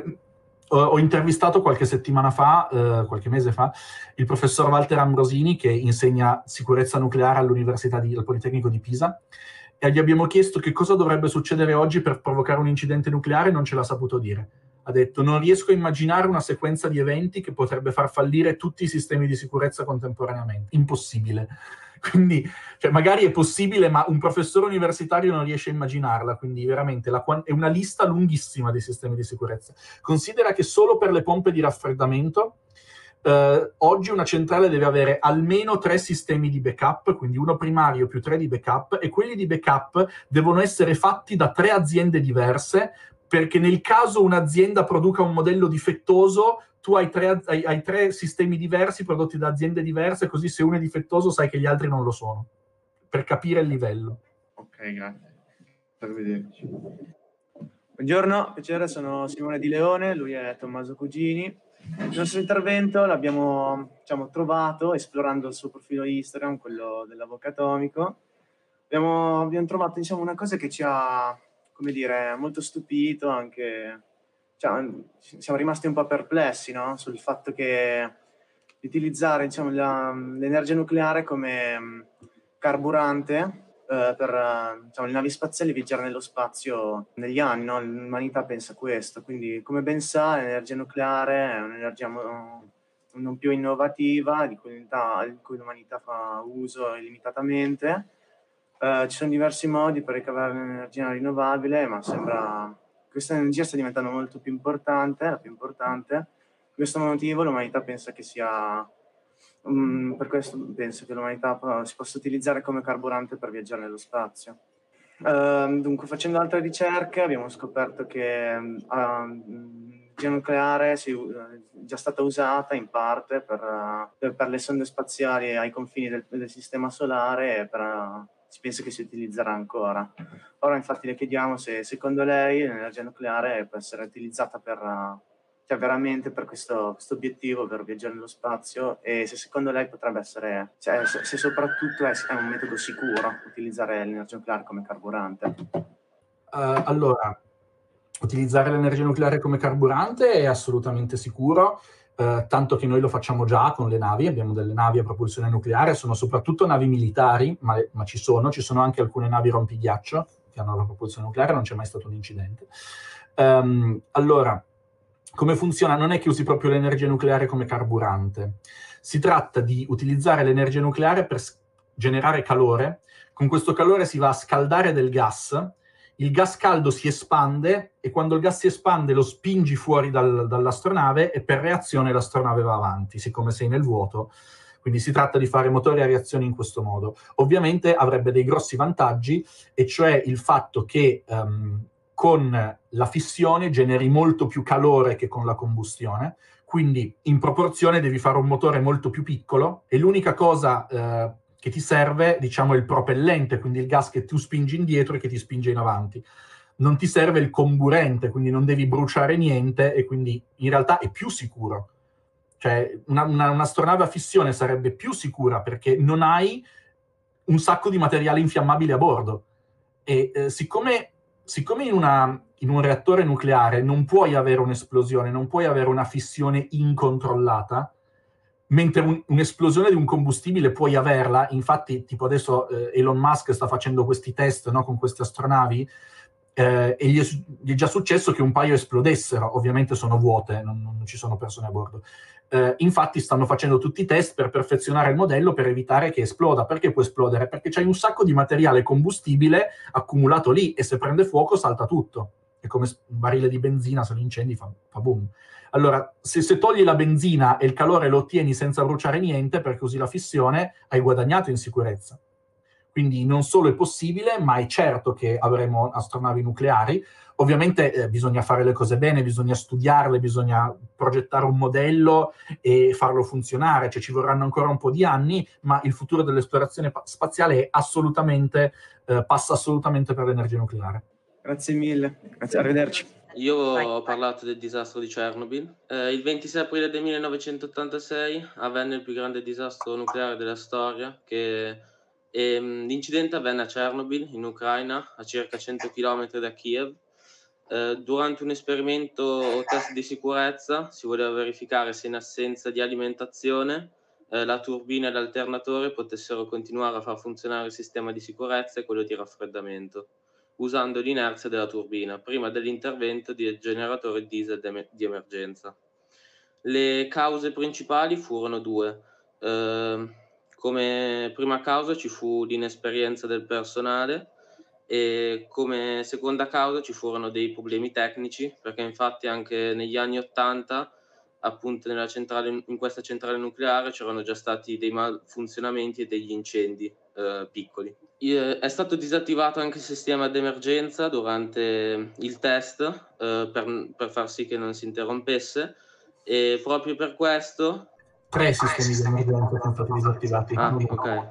ho intervistato qualche settimana fa, qualche mese fa, il professor Walter Ambrosini, che insegna sicurezza nucleare al Politecnico di Pisa, e gli abbiamo chiesto che cosa dovrebbe succedere oggi per provocare un incidente nucleare, non ce l'ha saputo dire. Ha detto: non riesco a immaginare una sequenza di eventi che potrebbe far fallire tutti i sistemi di sicurezza contemporaneamente. Impossibile. Quindi, cioè, magari è possibile, ma un professore universitario non riesce a immaginarla. Quindi, veramente, è una lista lunghissima di sistemi di sicurezza. Considera che solo per le pompe di raffreddamento, oggi una centrale deve avere almeno 3 sistemi di backup, quindi uno primario più 3 di backup, e quelli di backup devono essere fatti da 3 aziende diverse, perché nel caso un'azienda produca un modello difettoso, tu hai 3 sistemi diversi prodotti da aziende diverse, così se uno è difettoso sai che gli altri non lo sono, per capire il livello. Ok, grazie. Arrivederci. Buongiorno, piacere, sono Simone Di Leone, lui è Tommaso Cugini. Il nostro intervento l'abbiamo trovato esplorando il suo profilo Instagram, quello dell'Avvocatomico. Abbiamo trovato una cosa che ci ha, come dire, molto stupito, anche siamo rimasti un po' perplessi, no? Sul fatto che utilizzare l'energia nucleare come carburante per le navi spaziali viaggiare nello spazio negli anni, no? L'umanità pensa questo, quindi come ben sa l'energia nucleare è un'energia non più innovativa di cui l'umanità fa uso illimitatamente. Ci sono diversi modi per ricavare l'energia rinnovabile, ma sembra che questa energia sta diventando molto più importante, la più importante. Per questo motivo l'umanità pensa che sia per questo penso che l'umanità si possa utilizzare come carburante per viaggiare nello spazio. Dunque, facendo altre ricerche abbiamo scoperto che l'energia nucleare è già stata usata in parte per le sonde spaziali ai confini del sistema solare e si pensa che si utilizzerà ancora. Ora infatti le chiediamo se secondo lei l'energia nucleare può essere utilizzata veramente per questo obiettivo, per viaggiare nello spazio, e se secondo lei potrebbe essere, se soprattutto è un metodo sicuro utilizzare l'energia nucleare come carburante. Allora, utilizzare l'energia nucleare come carburante è assolutamente sicuro, tanto che noi lo facciamo già con le navi. Abbiamo delle navi a propulsione nucleare, sono soprattutto navi militari, ma ci sono anche alcune navi rompighiaccio che hanno la propulsione nucleare, non c'è mai stato un incidente. Allora, come funziona? Non è che usi proprio l'energia nucleare come carburante. Si tratta di utilizzare l'energia nucleare per generare calore. Con questo calore si va a scaldare del gas, il gas caldo si espande e quando il gas si espande lo spingi fuori dall'astronave e per reazione l'astronave va avanti, siccome sei nel vuoto. Quindi si tratta di fare motori a reazione in questo modo. Ovviamente avrebbe dei grossi vantaggi, e cioè il fatto che con la fissione generi molto più calore che con la combustione, quindi in proporzione devi fare un motore molto più piccolo e l'unica cosa che ti serve, diciamo, è il propellente, quindi il gas che tu spingi indietro e che ti spinge in avanti. Non ti serve il comburente, quindi non devi bruciare niente e quindi in realtà è più sicuro. Cioè un'astronave a fissione sarebbe più sicura perché non hai un sacco di materiale infiammabile a bordo. E siccome in un reattore nucleare non puoi avere un'esplosione, non puoi avere una fissione incontrollata, mentre un'esplosione di un combustibile puoi averla. Infatti, tipo adesso Elon Musk sta facendo questi test, no, con queste astronavi, e gli è già successo che un paio esplodessero. Ovviamente sono vuote, non ci sono persone a bordo. Infatti stanno facendo tutti i test per perfezionare il modello per evitare che esploda. Perché può esplodere? Perché c'hai un sacco di materiale combustibile accumulato lì e se prende fuoco salta tutto. È come un barile di benzina, se lo incendi fa boom. Allora, se togli la benzina e il calore lo ottieni senza bruciare niente perché usi la fissione, hai guadagnato in sicurezza. Quindi non solo è possibile, ma è certo che avremo astronavi nucleari. Ovviamente bisogna fare le cose bene, bisogna studiarle, bisogna progettare un modello e farlo funzionare. Cioè, ci vorranno ancora un po' di anni, ma il futuro dell'esplorazione spaziale è assolutamente, passa assolutamente per l'energia nucleare. Grazie mille, grazie, arrivederci. Io ho parlato del disastro di Chernobyl. Il 26 aprile del 1986 avvenne il più grande disastro nucleare della storia, l'incidente avvenne a Chernobyl, in Ucraina, a circa 100 km da Kiev. Durante un esperimento o test di sicurezza si voleva verificare se in assenza di alimentazione la turbina e l'alternatore potessero continuare a far funzionare il sistema di sicurezza e quello di raffreddamento, usando l'inerzia della turbina, prima dell'intervento del generatore diesel di emergenza. Le cause principali furono due. Come prima causa ci fu l'inesperienza del personale e come seconda causa ci furono dei problemi tecnici, perché infatti anche negli anni 80, appunto in questa centrale nucleare c'erano già stati dei malfunzionamenti e degli incendi piccoli. È stato disattivato anche il sistema d'emergenza durante il test per far sì che non si interrompesse, e proprio per questo 3 sistemi di emergenza sono stati disattivati. Ok.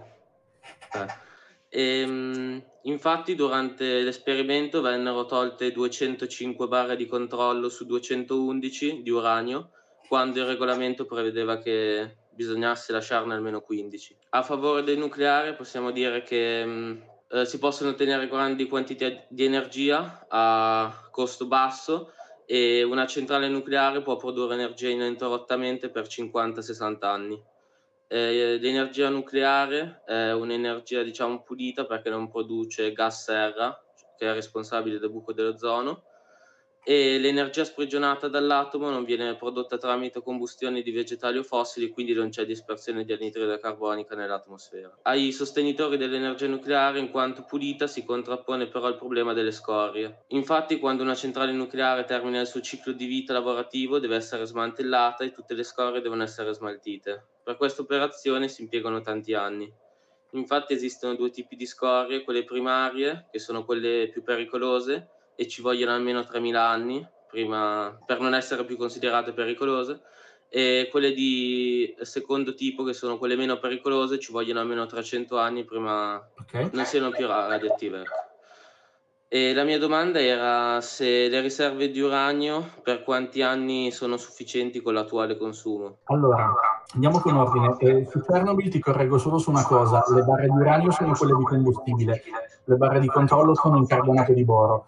Infatti durante l'esperimento vennero tolte 205 barre di controllo su 211 di uranio, quando il regolamento prevedeva che bisognasse lasciarne almeno 15. A favore del nucleare possiamo dire che si possono ottenere grandi quantità di energia a costo basso e una centrale nucleare può produrre energia ininterrottamente per 50-60 anni. L'energia nucleare è un'energia, diciamo, pulita perché non produce gas serra, che è responsabile del buco dell'ozono, e l'energia sprigionata dall'atomo non viene prodotta tramite combustione di vegetali o fossili, quindi non c'è dispersione di anidride carbonica nell'atmosfera. Ai sostenitori dell'energia nucleare, in quanto pulita, si contrappone però il problema delle scorie. Infatti, quando una centrale nucleare termina il suo ciclo di vita lavorativo, deve essere smantellata e tutte le scorie devono essere smaltite. Per questa operazione si impiegano tanti anni. Infatti esistono due tipi di scorie, quelle primarie, che sono quelle più pericolose, e ci vogliono almeno 3.000 anni prima per non essere più considerate pericolose, e quelle di secondo tipo, che sono quelle meno pericolose, ci vogliono almeno 300 anni prima non siano più radioattive. E la mia domanda era se le riserve di uranio per quanti anni sono sufficienti con l'attuale consumo. Allora, andiamo con ordine. Su Chernobyl ti correggo solo su una cosa: le barre di uranio sono quelle di combustibile, le barre di controllo sono in carbonato di boro.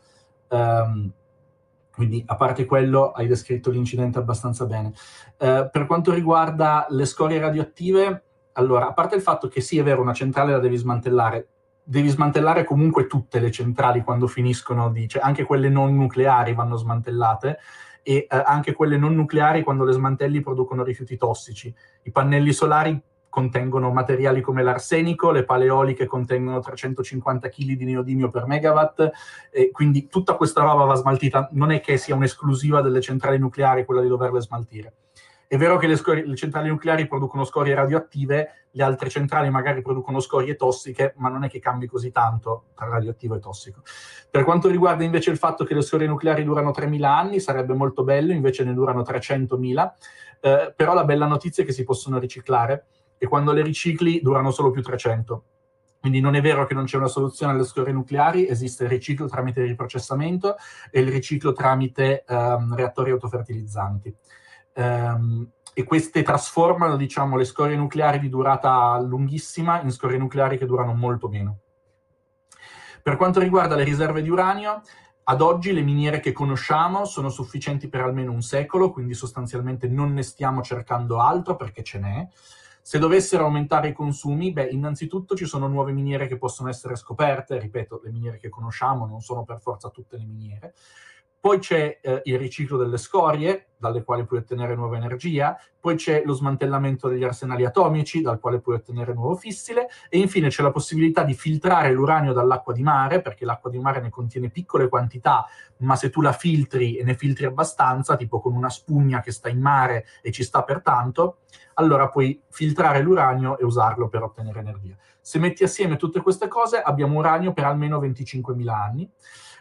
Quindi, a parte quello, hai descritto l'incidente abbastanza bene. Per quanto riguarda le scorie radioattive, allora, a parte il fatto che sì, è vero, una centrale la devi smantellare comunque tutte le centrali quando finiscono cioè anche quelle non nucleari vanno smantellate, e anche quelle non nucleari, quando le smantelli, producono rifiuti tossici. I pannelli solari contengono materiali come l'arsenico, le pale eoliche contengono 350 kg di neodimio per megawatt, e quindi tutta questa roba va smaltita. Non è che sia un'esclusiva delle centrali nucleari quella di doverle smaltire. È vero che le centrali nucleari producono scorie radioattive, le altre centrali magari producono scorie tossiche, ma non è che cambi così tanto tra radioattivo e tossico. Per quanto riguarda invece il fatto che le scorie nucleari durano 3.000 anni, sarebbe molto bello, invece ne durano 300.000, però la bella notizia è che si possono riciclare, e quando le ricicli durano solo più 300. Quindi non è vero che non c'è una soluzione alle scorie nucleari, esiste il riciclo tramite riprocessamento e il riciclo tramite reattori autofertilizzanti. E queste trasformano, diciamo, le scorie nucleari di durata lunghissima in scorie nucleari che durano molto meno. Per quanto riguarda le riserve di uranio, ad oggi le miniere che conosciamo sono sufficienti per almeno un secolo, quindi sostanzialmente non ne stiamo cercando altro perché ce n'è. Se dovessero aumentare i consumi, innanzitutto ci sono nuove miniere che possono essere scoperte. Ripeto, le miniere che conosciamo non sono per forza tutte le miniere. Poi c'è il riciclo delle scorie, dalle quali puoi ottenere nuova energia. Poi c'è lo smantellamento degli arsenali atomici, dal quale puoi ottenere nuovo fissile. E infine c'è la possibilità di filtrare l'uranio dall'acqua di mare, perché l'acqua di mare ne contiene piccole quantità, ma se tu la filtri e ne filtri abbastanza, tipo con una spugna che sta in mare e ci sta per tanto, allora puoi filtrare l'uranio e usarlo per ottenere energia. Se metti assieme tutte queste cose, abbiamo uranio per almeno 25.000 anni.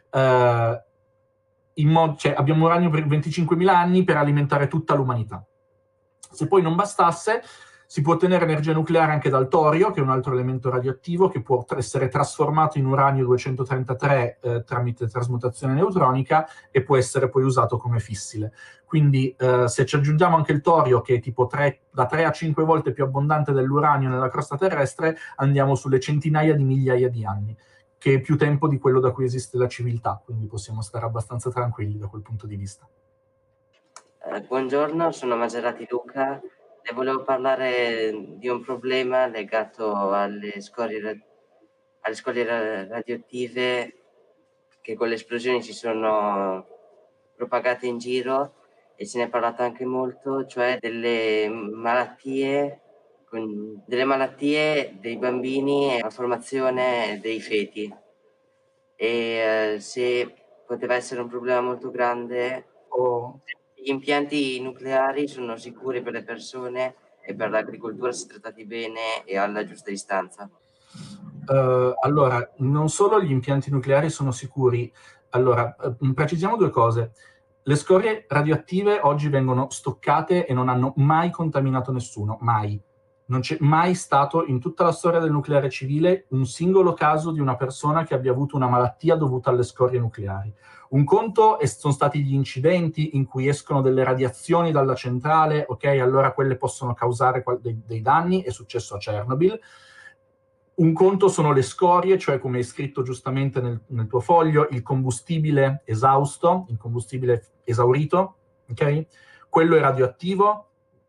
Cioè abbiamo uranio per 25.000 anni per alimentare tutta l'umanità. Se poi non bastasse, si può ottenere energia nucleare anche dal torio, che è un altro elemento radioattivo che può essere trasformato in uranio 233 tramite trasmutazione neutronica, e può essere poi usato come fissile. Quindi se ci aggiungiamo anche il torio, che è tipo da 3 a 5 volte più abbondante dell'uranio nella crosta terrestre, andiamo sulle centinaia di migliaia di anni, che è più tempo di quello da cui esiste la civiltà, quindi possiamo stare abbastanza tranquilli da quel punto di vista. Buongiorno, sono Maserati Luca e volevo parlare di un problema legato alle scorie radioattive che con le esplosioni si sono propagate in giro, e se ne è parlato anche molto, cioè delle malattie dei bambini e la formazione dei feti, e se poteva essere un problema molto grande, o gli impianti nucleari sono sicuri per le persone e per l'agricoltura, se trattati bene e alla giusta distanza. Allora, non solo gli impianti nucleari sono sicuri. Allora, precisiamo due cose. Le scorie radioattive oggi vengono stoccate e non hanno mai contaminato nessuno, mai. Non c'è mai stato in tutta la storia del nucleare civile un singolo caso di una persona che abbia avuto una malattia dovuta alle scorie nucleari. Un conto sono stati gli incidenti in cui escono delle radiazioni dalla centrale, ok, allora quelle possono causare dei danni, è successo a Chernobyl. Un conto sono le scorie, cioè, come è scritto giustamente nel tuo foglio, il combustibile esausto, il combustibile esaurito, ok? Quello è radioattivo,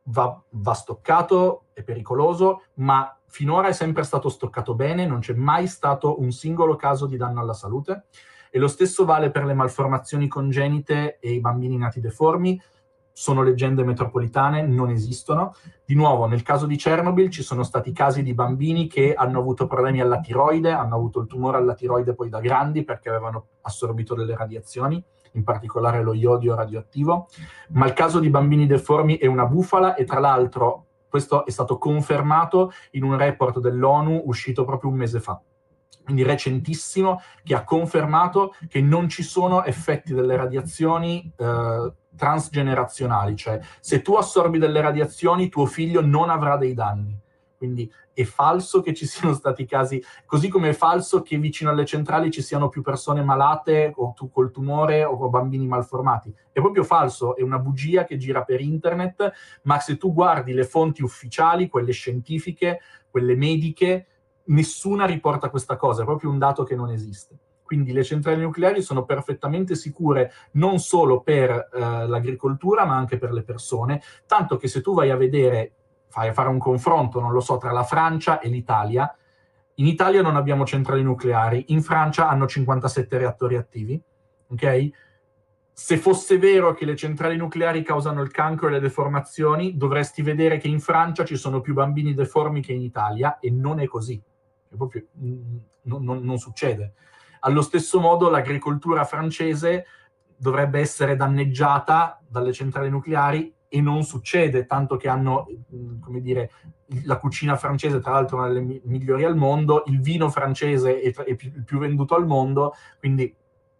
va stoccato, è pericoloso, ma finora è sempre stato stoccato bene, non c'è mai stato un singolo caso di danno alla salute, e lo stesso vale per le malformazioni congenite e i bambini nati deformi. Sono leggende metropolitane, non esistono. Di nuovo, nel caso di Chernobyl ci sono stati casi di bambini che hanno avuto problemi alla tiroide, hanno avuto il tumore alla tiroide poi da grandi perché avevano assorbito delle radiazioni, in particolare lo iodio radioattivo, ma il caso di bambini deformi è una bufala, e tra l'altro questo è stato confermato in un report dell'ONU uscito proprio un mese fa, quindi recentissimo, che ha confermato che non ci sono effetti delle radiazioni transgenerazionali, cioè se tu assorbi delle radiazioni tuo figlio non avrà dei danni. Quindi è falso che ci siano stati casi, così come è falso che vicino alle centrali ci siano più persone malate o col tumore o bambini malformati. È proprio falso, è una bugia che gira per internet, ma se tu guardi le fonti ufficiali, quelle scientifiche, quelle mediche, nessuna riporta questa cosa, è proprio un dato che non esiste. Quindi le centrali nucleari sono perfettamente sicure non solo per l'agricoltura, ma anche per le persone, tanto che se tu vai a vedere, fai a fare un confronto, non lo so, tra la Francia e l'Italia, in Italia non abbiamo centrali nucleari, in Francia hanno 57 reattori attivi, ok? Se fosse vero che le centrali nucleari causano il cancro e le deformazioni, dovresti vedere che in Francia ci sono più bambini deformi che in Italia, e non è così. È proprio, non succede. Allo stesso modo l'agricoltura francese dovrebbe essere danneggiata dalle centrali nucleari, e non succede, tanto che hanno, come dire, la cucina francese, tra l'altro, una delle migliori al mondo, il vino francese è il più venduto al mondo, quindi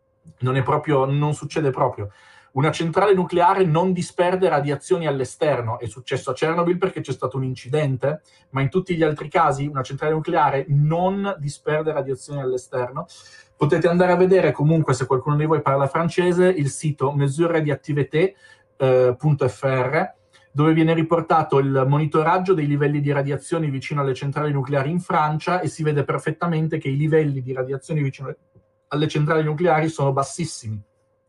non succede proprio. Una centrale nucleare non disperde radiazioni all'esterno. È successo a Chernobyl perché c'è stato un incidente, ma in tutti gli altri casi una centrale nucleare non disperde radiazioni all'esterno. Potete andare a vedere comunque, se qualcuno di voi parla francese, il sito mesureradioactivité.fr, dove viene riportato il monitoraggio dei livelli di radiazioni vicino alle centrali nucleari in Francia, e si vede perfettamente che i livelli di radiazioni vicino alle centrali nucleari sono bassissimi.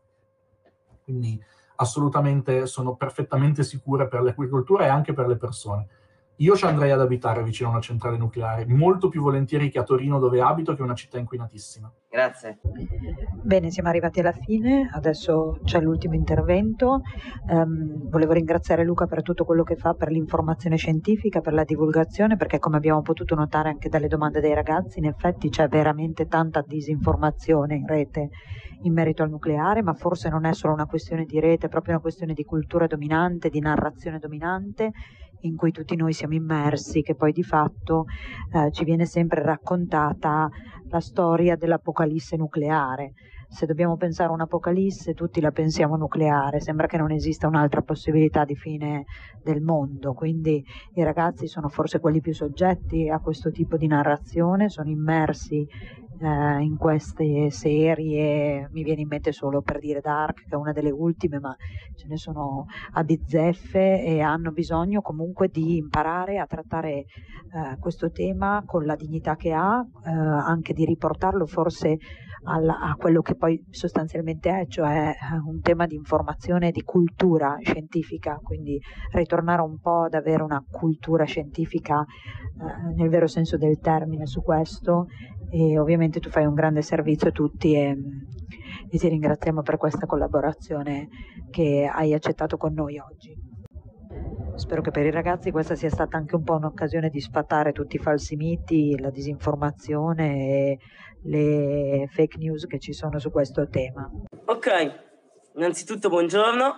Quindi assolutamente sono perfettamente sicure per l'agricoltura e anche per le persone. Io ci andrei ad abitare vicino a una centrale nucleare, molto più volentieri che a Torino, dove abito, che è una città inquinatissima. Grazie. Bene, siamo arrivati alla fine, adesso c'è l'ultimo intervento. Volevo ringraziare Luca per tutto quello che fa per l'informazione scientifica, per la divulgazione, perché come abbiamo potuto notare anche dalle domande dei ragazzi, in effetti c'è veramente tanta disinformazione in rete in merito al nucleare, ma forse non è solo una questione di rete, è proprio una questione di cultura dominante, di narrazione dominante, in cui tutti noi siamo immersi, che poi di fatto ci viene sempre raccontata la storia dell'apocalisse nucleare. Se dobbiamo pensare a un'apocalisse, tutti la pensiamo nucleare, sembra che non esista un'altra possibilità di fine del mondo, quindi i ragazzi sono forse quelli più soggetti a questo tipo di narrazione, sono immersi in queste serie. Mi viene in mente solo per dire Dark, che è una delle ultime, ma ce ne sono a bizzeffe, e hanno bisogno comunque di imparare a trattare questo tema con la dignità che ha, anche di riportarlo forse a quello che poi sostanzialmente è, cioè un tema di informazione e di cultura scientifica, quindi ritornare un po' ad avere una cultura scientifica nel vero senso del termine su questo. E ovviamente tu fai un grande servizio a tutti, e ti ringraziamo per questa collaborazione che hai accettato con noi oggi. Spero che per i ragazzi questa sia stata anche un po' un'occasione di sfatare tutti i falsi miti, la disinformazione e le fake news che ci sono su questo tema. Ok, innanzitutto buongiorno.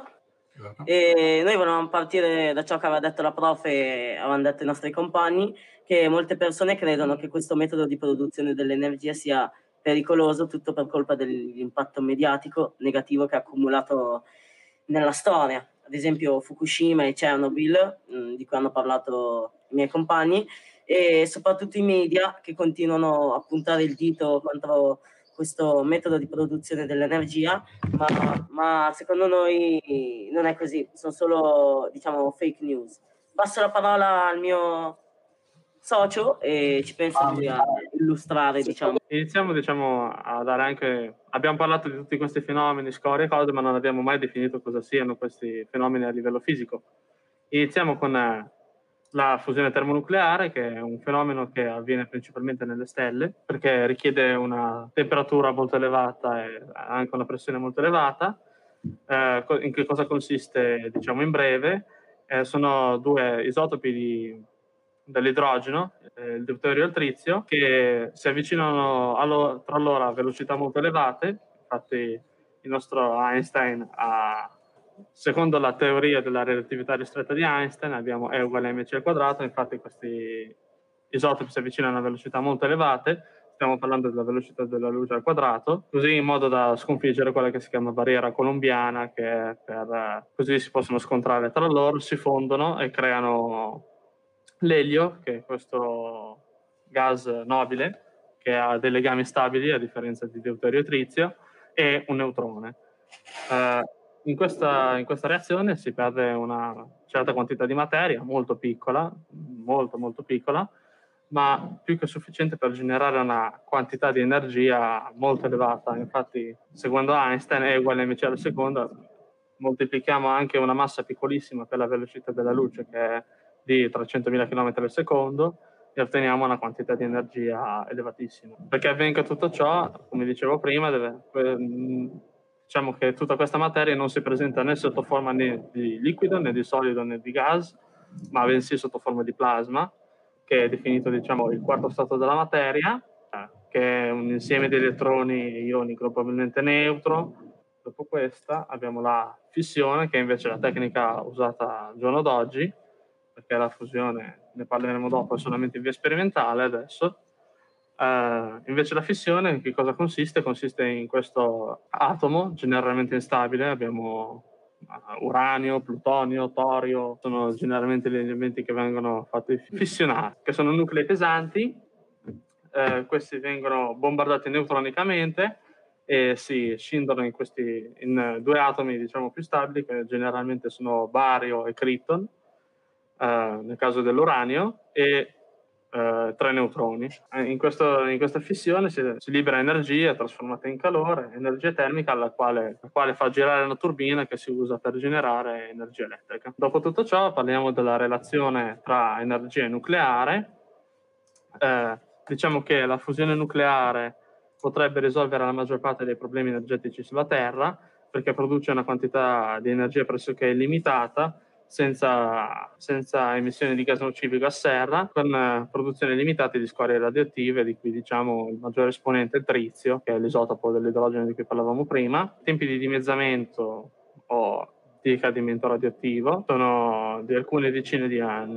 E noi volevamo partire da ciò che aveva detto la prof e avevano detto i nostri compagni, che molte persone credono che questo metodo di produzione dell'energia sia pericoloso, tutto per colpa dell'impatto mediatico negativo che ha accumulato nella storia. Ad esempio Fukushima e Chernobyl, di cui hanno parlato i miei compagni, e soprattutto i media che continuano a puntare il dito contro questo metodo di produzione dell'energia, ma secondo noi non è così, sono solo, diciamo, fake news. Passo la parola al mio socio e ci pensa lui a illustrare, diciamo. Iniziamo, diciamo, a dare anche... Abbiamo parlato di tutti questi fenomeni, scorie e cose, ma non abbiamo mai definito cosa siano questi fenomeni a livello fisico. Iniziamo con la fusione termonucleare, che è un fenomeno che avviene principalmente nelle stelle, perché richiede una temperatura molto elevata e anche una pressione molto elevata. In che cosa consiste, diciamo in breve? Sono due isotopi dell'idrogeno, il deuterio e il trizio, che si avvicinano tra loro a velocità molto elevate. Infatti il nostro Einstein secondo la teoria della relatività ristretta di Einstein, abbiamo E uguale a mc al quadrato. Infatti questi isotopi si avvicinano a velocità molto elevate, stiamo parlando della velocità della luce al quadrato, così in modo da sconfiggere quella che si chiama barriera colombiana, che è così si possono scontrare tra loro, si fondono e creano l'elio, che è questo gas nobile, che ha dei legami stabili a differenza di deuterio e trizio, e un neutrone. In questa reazione si perde una certa quantità di materia, molto piccola, molto piccola, ma più che sufficiente per generare una quantità di energia molto elevata. Infatti, secondo Einstein, è uguale a mc alla seconda, moltiplichiamo anche una massa piccolissima per la velocità della luce, che è di 300.000 km al secondo, e otteniamo una quantità di energia elevatissima. Perché avvenga tutto ciò, come dicevo prima, diciamo che tutta questa materia non si presenta né sotto forma né di liquido, né di solido, né di gas, ma bensì sotto forma di plasma, che è definito, diciamo, il quarto stato della materia, che è un insieme di elettroni ionico probabilmente neutro. Dopo questa abbiamo la fissione, che è invece la tecnica usata al giorno d'oggi, perché la fusione, ne parleremo dopo, è solamente in via sperimentale adesso. Invece la fissione in che cosa consiste? Consiste in questo atomo generalmente instabile. Abbiamo uranio, plutonio, torio, sono generalmente gli elementi che vengono fatti fissionare, che sono nuclei pesanti. Questi vengono bombardati neutronicamente e si scindono in due atomi, diciamo, più stabili, che generalmente sono bario e criton, nel caso dell'uranio, e 3 neutroni. In questa fissione si libera energia trasformata in calore, energia termica, la quale fa girare una turbina che si usa per generare energia elettrica. Dopo tutto ciò parliamo della relazione tra energia nucleare. Diciamo che la fusione nucleare potrebbe risolvere la maggior parte dei problemi energetici sulla Terra, perché produce una quantità di energia pressoché illimitata, senza emissioni di gas nocivi gas serra, con produzione limitata di scorie radioattive, di cui, diciamo, il maggiore esponente è il trizio, che è l'isotopo dell'idrogeno di cui parlavamo prima. I tempi di dimezzamento o di decadimento radioattivo sono di alcune decine di anni.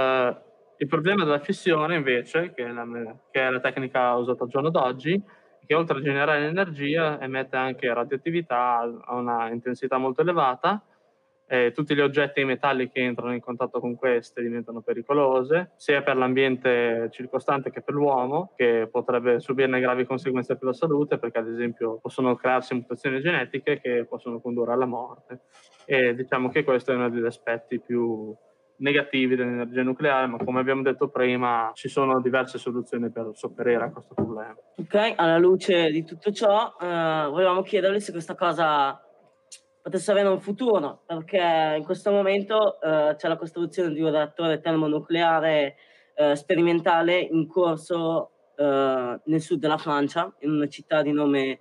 Il problema della fissione, invece, che è la tecnica usata al giorno d'oggi, è che oltre a generare energia emette anche radioattività a una intensità molto elevata. Tutti gli oggetti e i metalli che entrano in contatto con queste diventano pericolose, sia per l'ambiente circostante che per l'uomo, che potrebbe subirne gravi conseguenze per la salute, perché ad esempio possono crearsi mutazioni genetiche che possono condurre alla morte. E diciamo che questo è uno degli aspetti più negativi dell'energia nucleare, ma come abbiamo detto prima ci sono diverse soluzioni per sopperire a questo problema. Ok, alla luce di tutto ciò volevamo chiedervi se questa cosa potesse avere un futuro, perché in questo momento c'è la costruzione di un reattore termonucleare sperimentale in corso nel sud della Francia, in una città di nome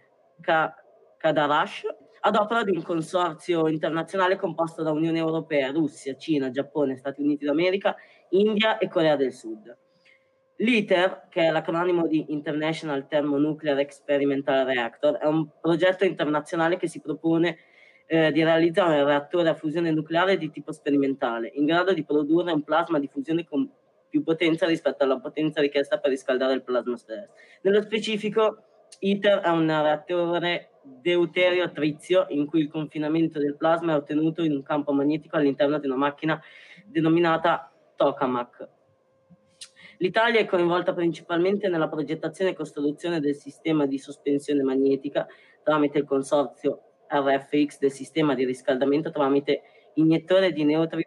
Cadarache, ad opera di un consorzio internazionale composto da Unione Europea, Russia, Cina, Giappone, Stati Uniti d'America, India e Corea del Sud. L'ITER, che è l'acronimo di International Thermonuclear Experimental Reactor, è un progetto internazionale che si propone di realizzare un reattore a fusione nucleare di tipo sperimentale, in grado di produrre un plasma di fusione con più potenza rispetto alla potenza richiesta per riscaldare il plasma stesso. Nello specifico, ITER è un reattore deuterio-trizio in cui il confinamento del plasma è ottenuto in un campo magnetico all'interno di una macchina denominata tokamak. L'Italia è coinvolta principalmente nella progettazione e costruzione del sistema di sospensione magnetica tramite il consorzio RFX del sistema di riscaldamento tramite iniettore di neutri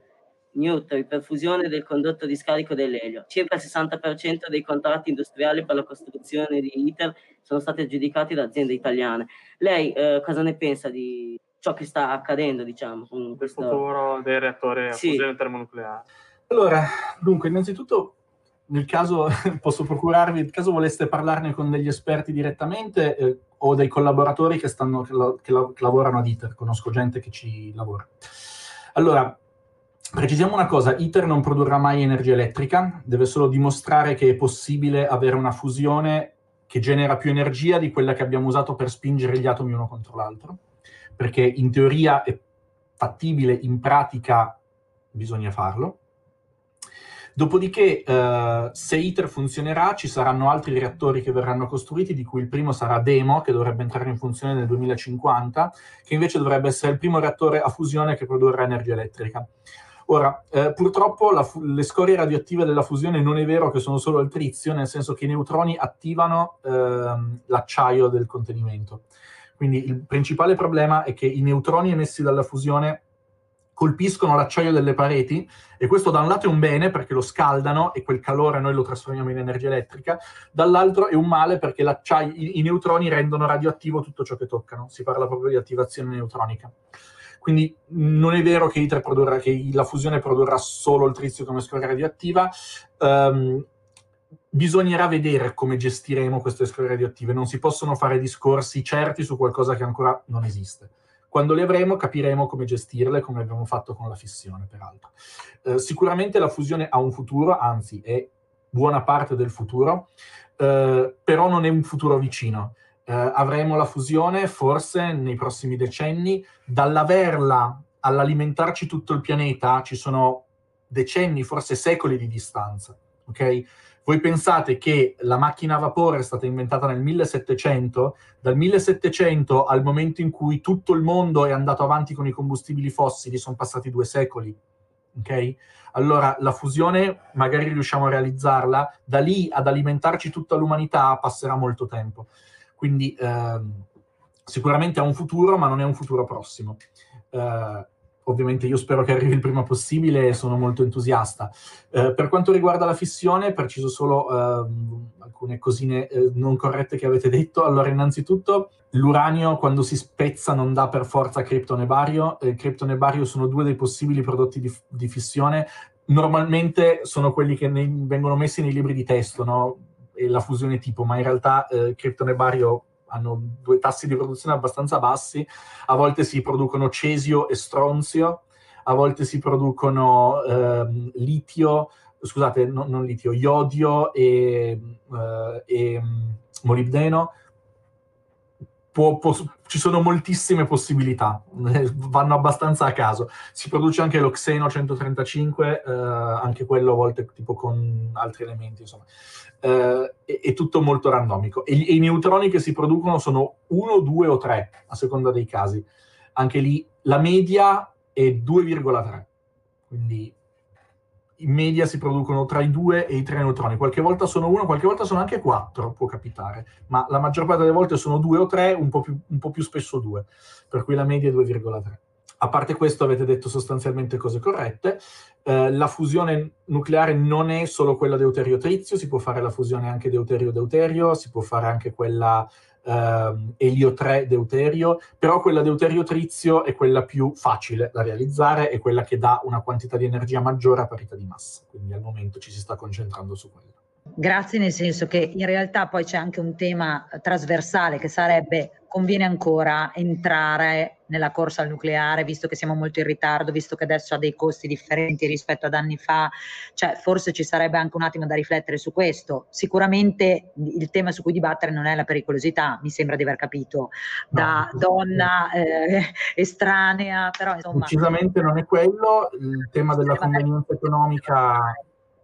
per fusione del condotto di scarico dell'elio. Circa il 60% dei contratti industriali per la costruzione di ITER sono stati aggiudicati da aziende italiane. Lei cosa ne pensa di ciò che sta accadendo, diciamo, con Il questo futuro dei reattori a fusione termonucleare. Allora, dunque, innanzitutto, nel caso posso procurarvi, nel caso voleste parlarne con degli esperti direttamente o dei collaboratori che lavorano ad ITER, conosco gente che ci lavora. Allora, precisiamo una cosa, ITER non produrrà mai energia elettrica, deve solo dimostrare che è possibile avere una fusione che genera più energia di quella che abbiamo usato per spingere gli atomi uno contro l'altro, perché in teoria è fattibile, in pratica bisogna farlo. Dopodiché, se ITER funzionerà, ci saranno altri reattori che verranno costruiti, di cui il primo sarà DEMO, che dovrebbe entrare in funzione nel 2050, che invece dovrebbe essere il primo reattore a fusione che produrrà energia elettrica. Ora, purtroppo le scorie radioattive della fusione non è vero che sono solo il trizio, nel senso che i neutroni attivano l'acciaio del contenimento. Quindi il principale problema è che i neutroni emessi dalla fusione colpiscono l'acciaio delle pareti, e questo da un lato è un bene perché lo scaldano e quel calore noi lo trasformiamo in energia elettrica, dall'altro è un male perché i neutroni rendono radioattivo tutto ciò che toccano, si parla proprio di attivazione neutronica. Quindi non è vero che la fusione produrrà solo il trizio come scoria radioattiva. Bisognerà vedere come gestiremo queste scorie radioattive, non si possono fare discorsi certi su qualcosa che ancora non esiste. Quando le avremo capiremo come gestirle, come abbiamo fatto con la fissione, peraltro. Sicuramente la fusione ha un futuro, anzi è buona parte del futuro, però non è un futuro vicino. Avremo la fusione forse nei prossimi decenni. Dall'averla all'alimentarci tutto il pianeta ci sono decenni, forse secoli di distanza, ok? Voi pensate che la macchina a vapore è stata inventata nel 1700, dal 1700 al momento in cui tutto il mondo è andato avanti con i combustibili fossili sono passati 2 secoli, ok? Allora la fusione magari riusciamo a realizzarla, da lì ad alimentarci tutta l'umanità passerà molto tempo. Quindi sicuramente ha un futuro, ma non è un futuro prossimo. Ovviamente io spero che arrivi il prima possibile e sono molto entusiasta. Per quanto riguarda la fissione, preciso solo alcune cosine non corrette che avete detto. Allora, innanzitutto, l'uranio quando si spezza non dà per forza cripton e bario. Cripton e bario sono 2 dei possibili prodotti di fissione. Normalmente sono quelli che vengono messi nei libri di testo, no? E la fusione tipo, ma in realtà cripton e bario hanno 2 tassi di produzione abbastanza bassi, a volte si producono cesio e stronzio, a volte si producono litio, scusate, non litio, iodio e molibdeno. Ci sono moltissime possibilità, vanno abbastanza a caso. Si produce anche l'oxeno 135, anche quello a volte tipo con altri elementi, insomma. È tutto molto randomico. E i neutroni che si producono sono 1, 2 o 3, a seconda dei casi. Anche lì la media è 2,3. Quindi in media si producono tra i 2 e i 3 neutroni. Qualche volta sono 1, qualche volta sono anche 4, può capitare. Ma la maggior parte delle volte sono 2 o 3, un po' più spesso 2. Per cui la media è 2,3. A parte questo avete detto sostanzialmente cose corrette. La fusione nucleare non è solo quella deuterio-trizio, si può fare la fusione anche deuterio-deuterio, si può fare anche quella elio-3-deuterio, però quella deuterio-trizio è quella più facile da realizzare e quella che dà una quantità di energia maggiore a parità di massa. Quindi al momento ci si sta concentrando su quello. Grazie, nel senso che in realtà poi c'è anche un tema trasversale che sarebbe: conviene ancora entrare nella corsa al nucleare, visto che siamo molto in ritardo, visto che adesso ha dei costi differenti rispetto ad anni fa? Cioè, forse ci sarebbe anche un attimo da riflettere su questo. Sicuramente il tema su cui dibattere non è la pericolosità, mi sembra di aver capito, da donna estranea, però insomma... Decisamente non è quello, il tema della convenienza economica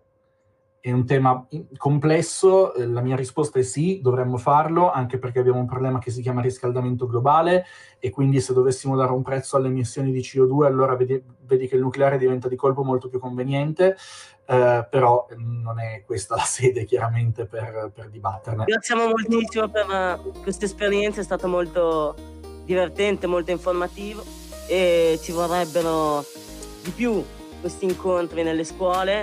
è un tema complesso. La mia risposta è sì, dovremmo farlo, anche perché abbiamo un problema che si chiama riscaldamento globale, e quindi se dovessimo dare un prezzo alle emissioni di CO2, allora vedi che il nucleare diventa di colpo molto più conveniente, però non è questa la sede chiaramente per dibatterne. Ringraziamo moltissimo per questa esperienza, è stato molto divertente, molto informativo, e ci vorrebbero di più questi incontri nelle scuole,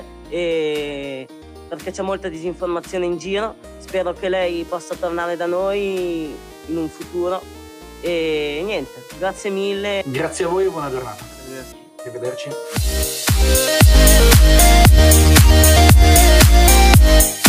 perché c'è molta disinformazione in giro. Spero che lei possa tornare da noi in un futuro E niente, grazie mille. Grazie a voi e buona giornata. Arrivederci.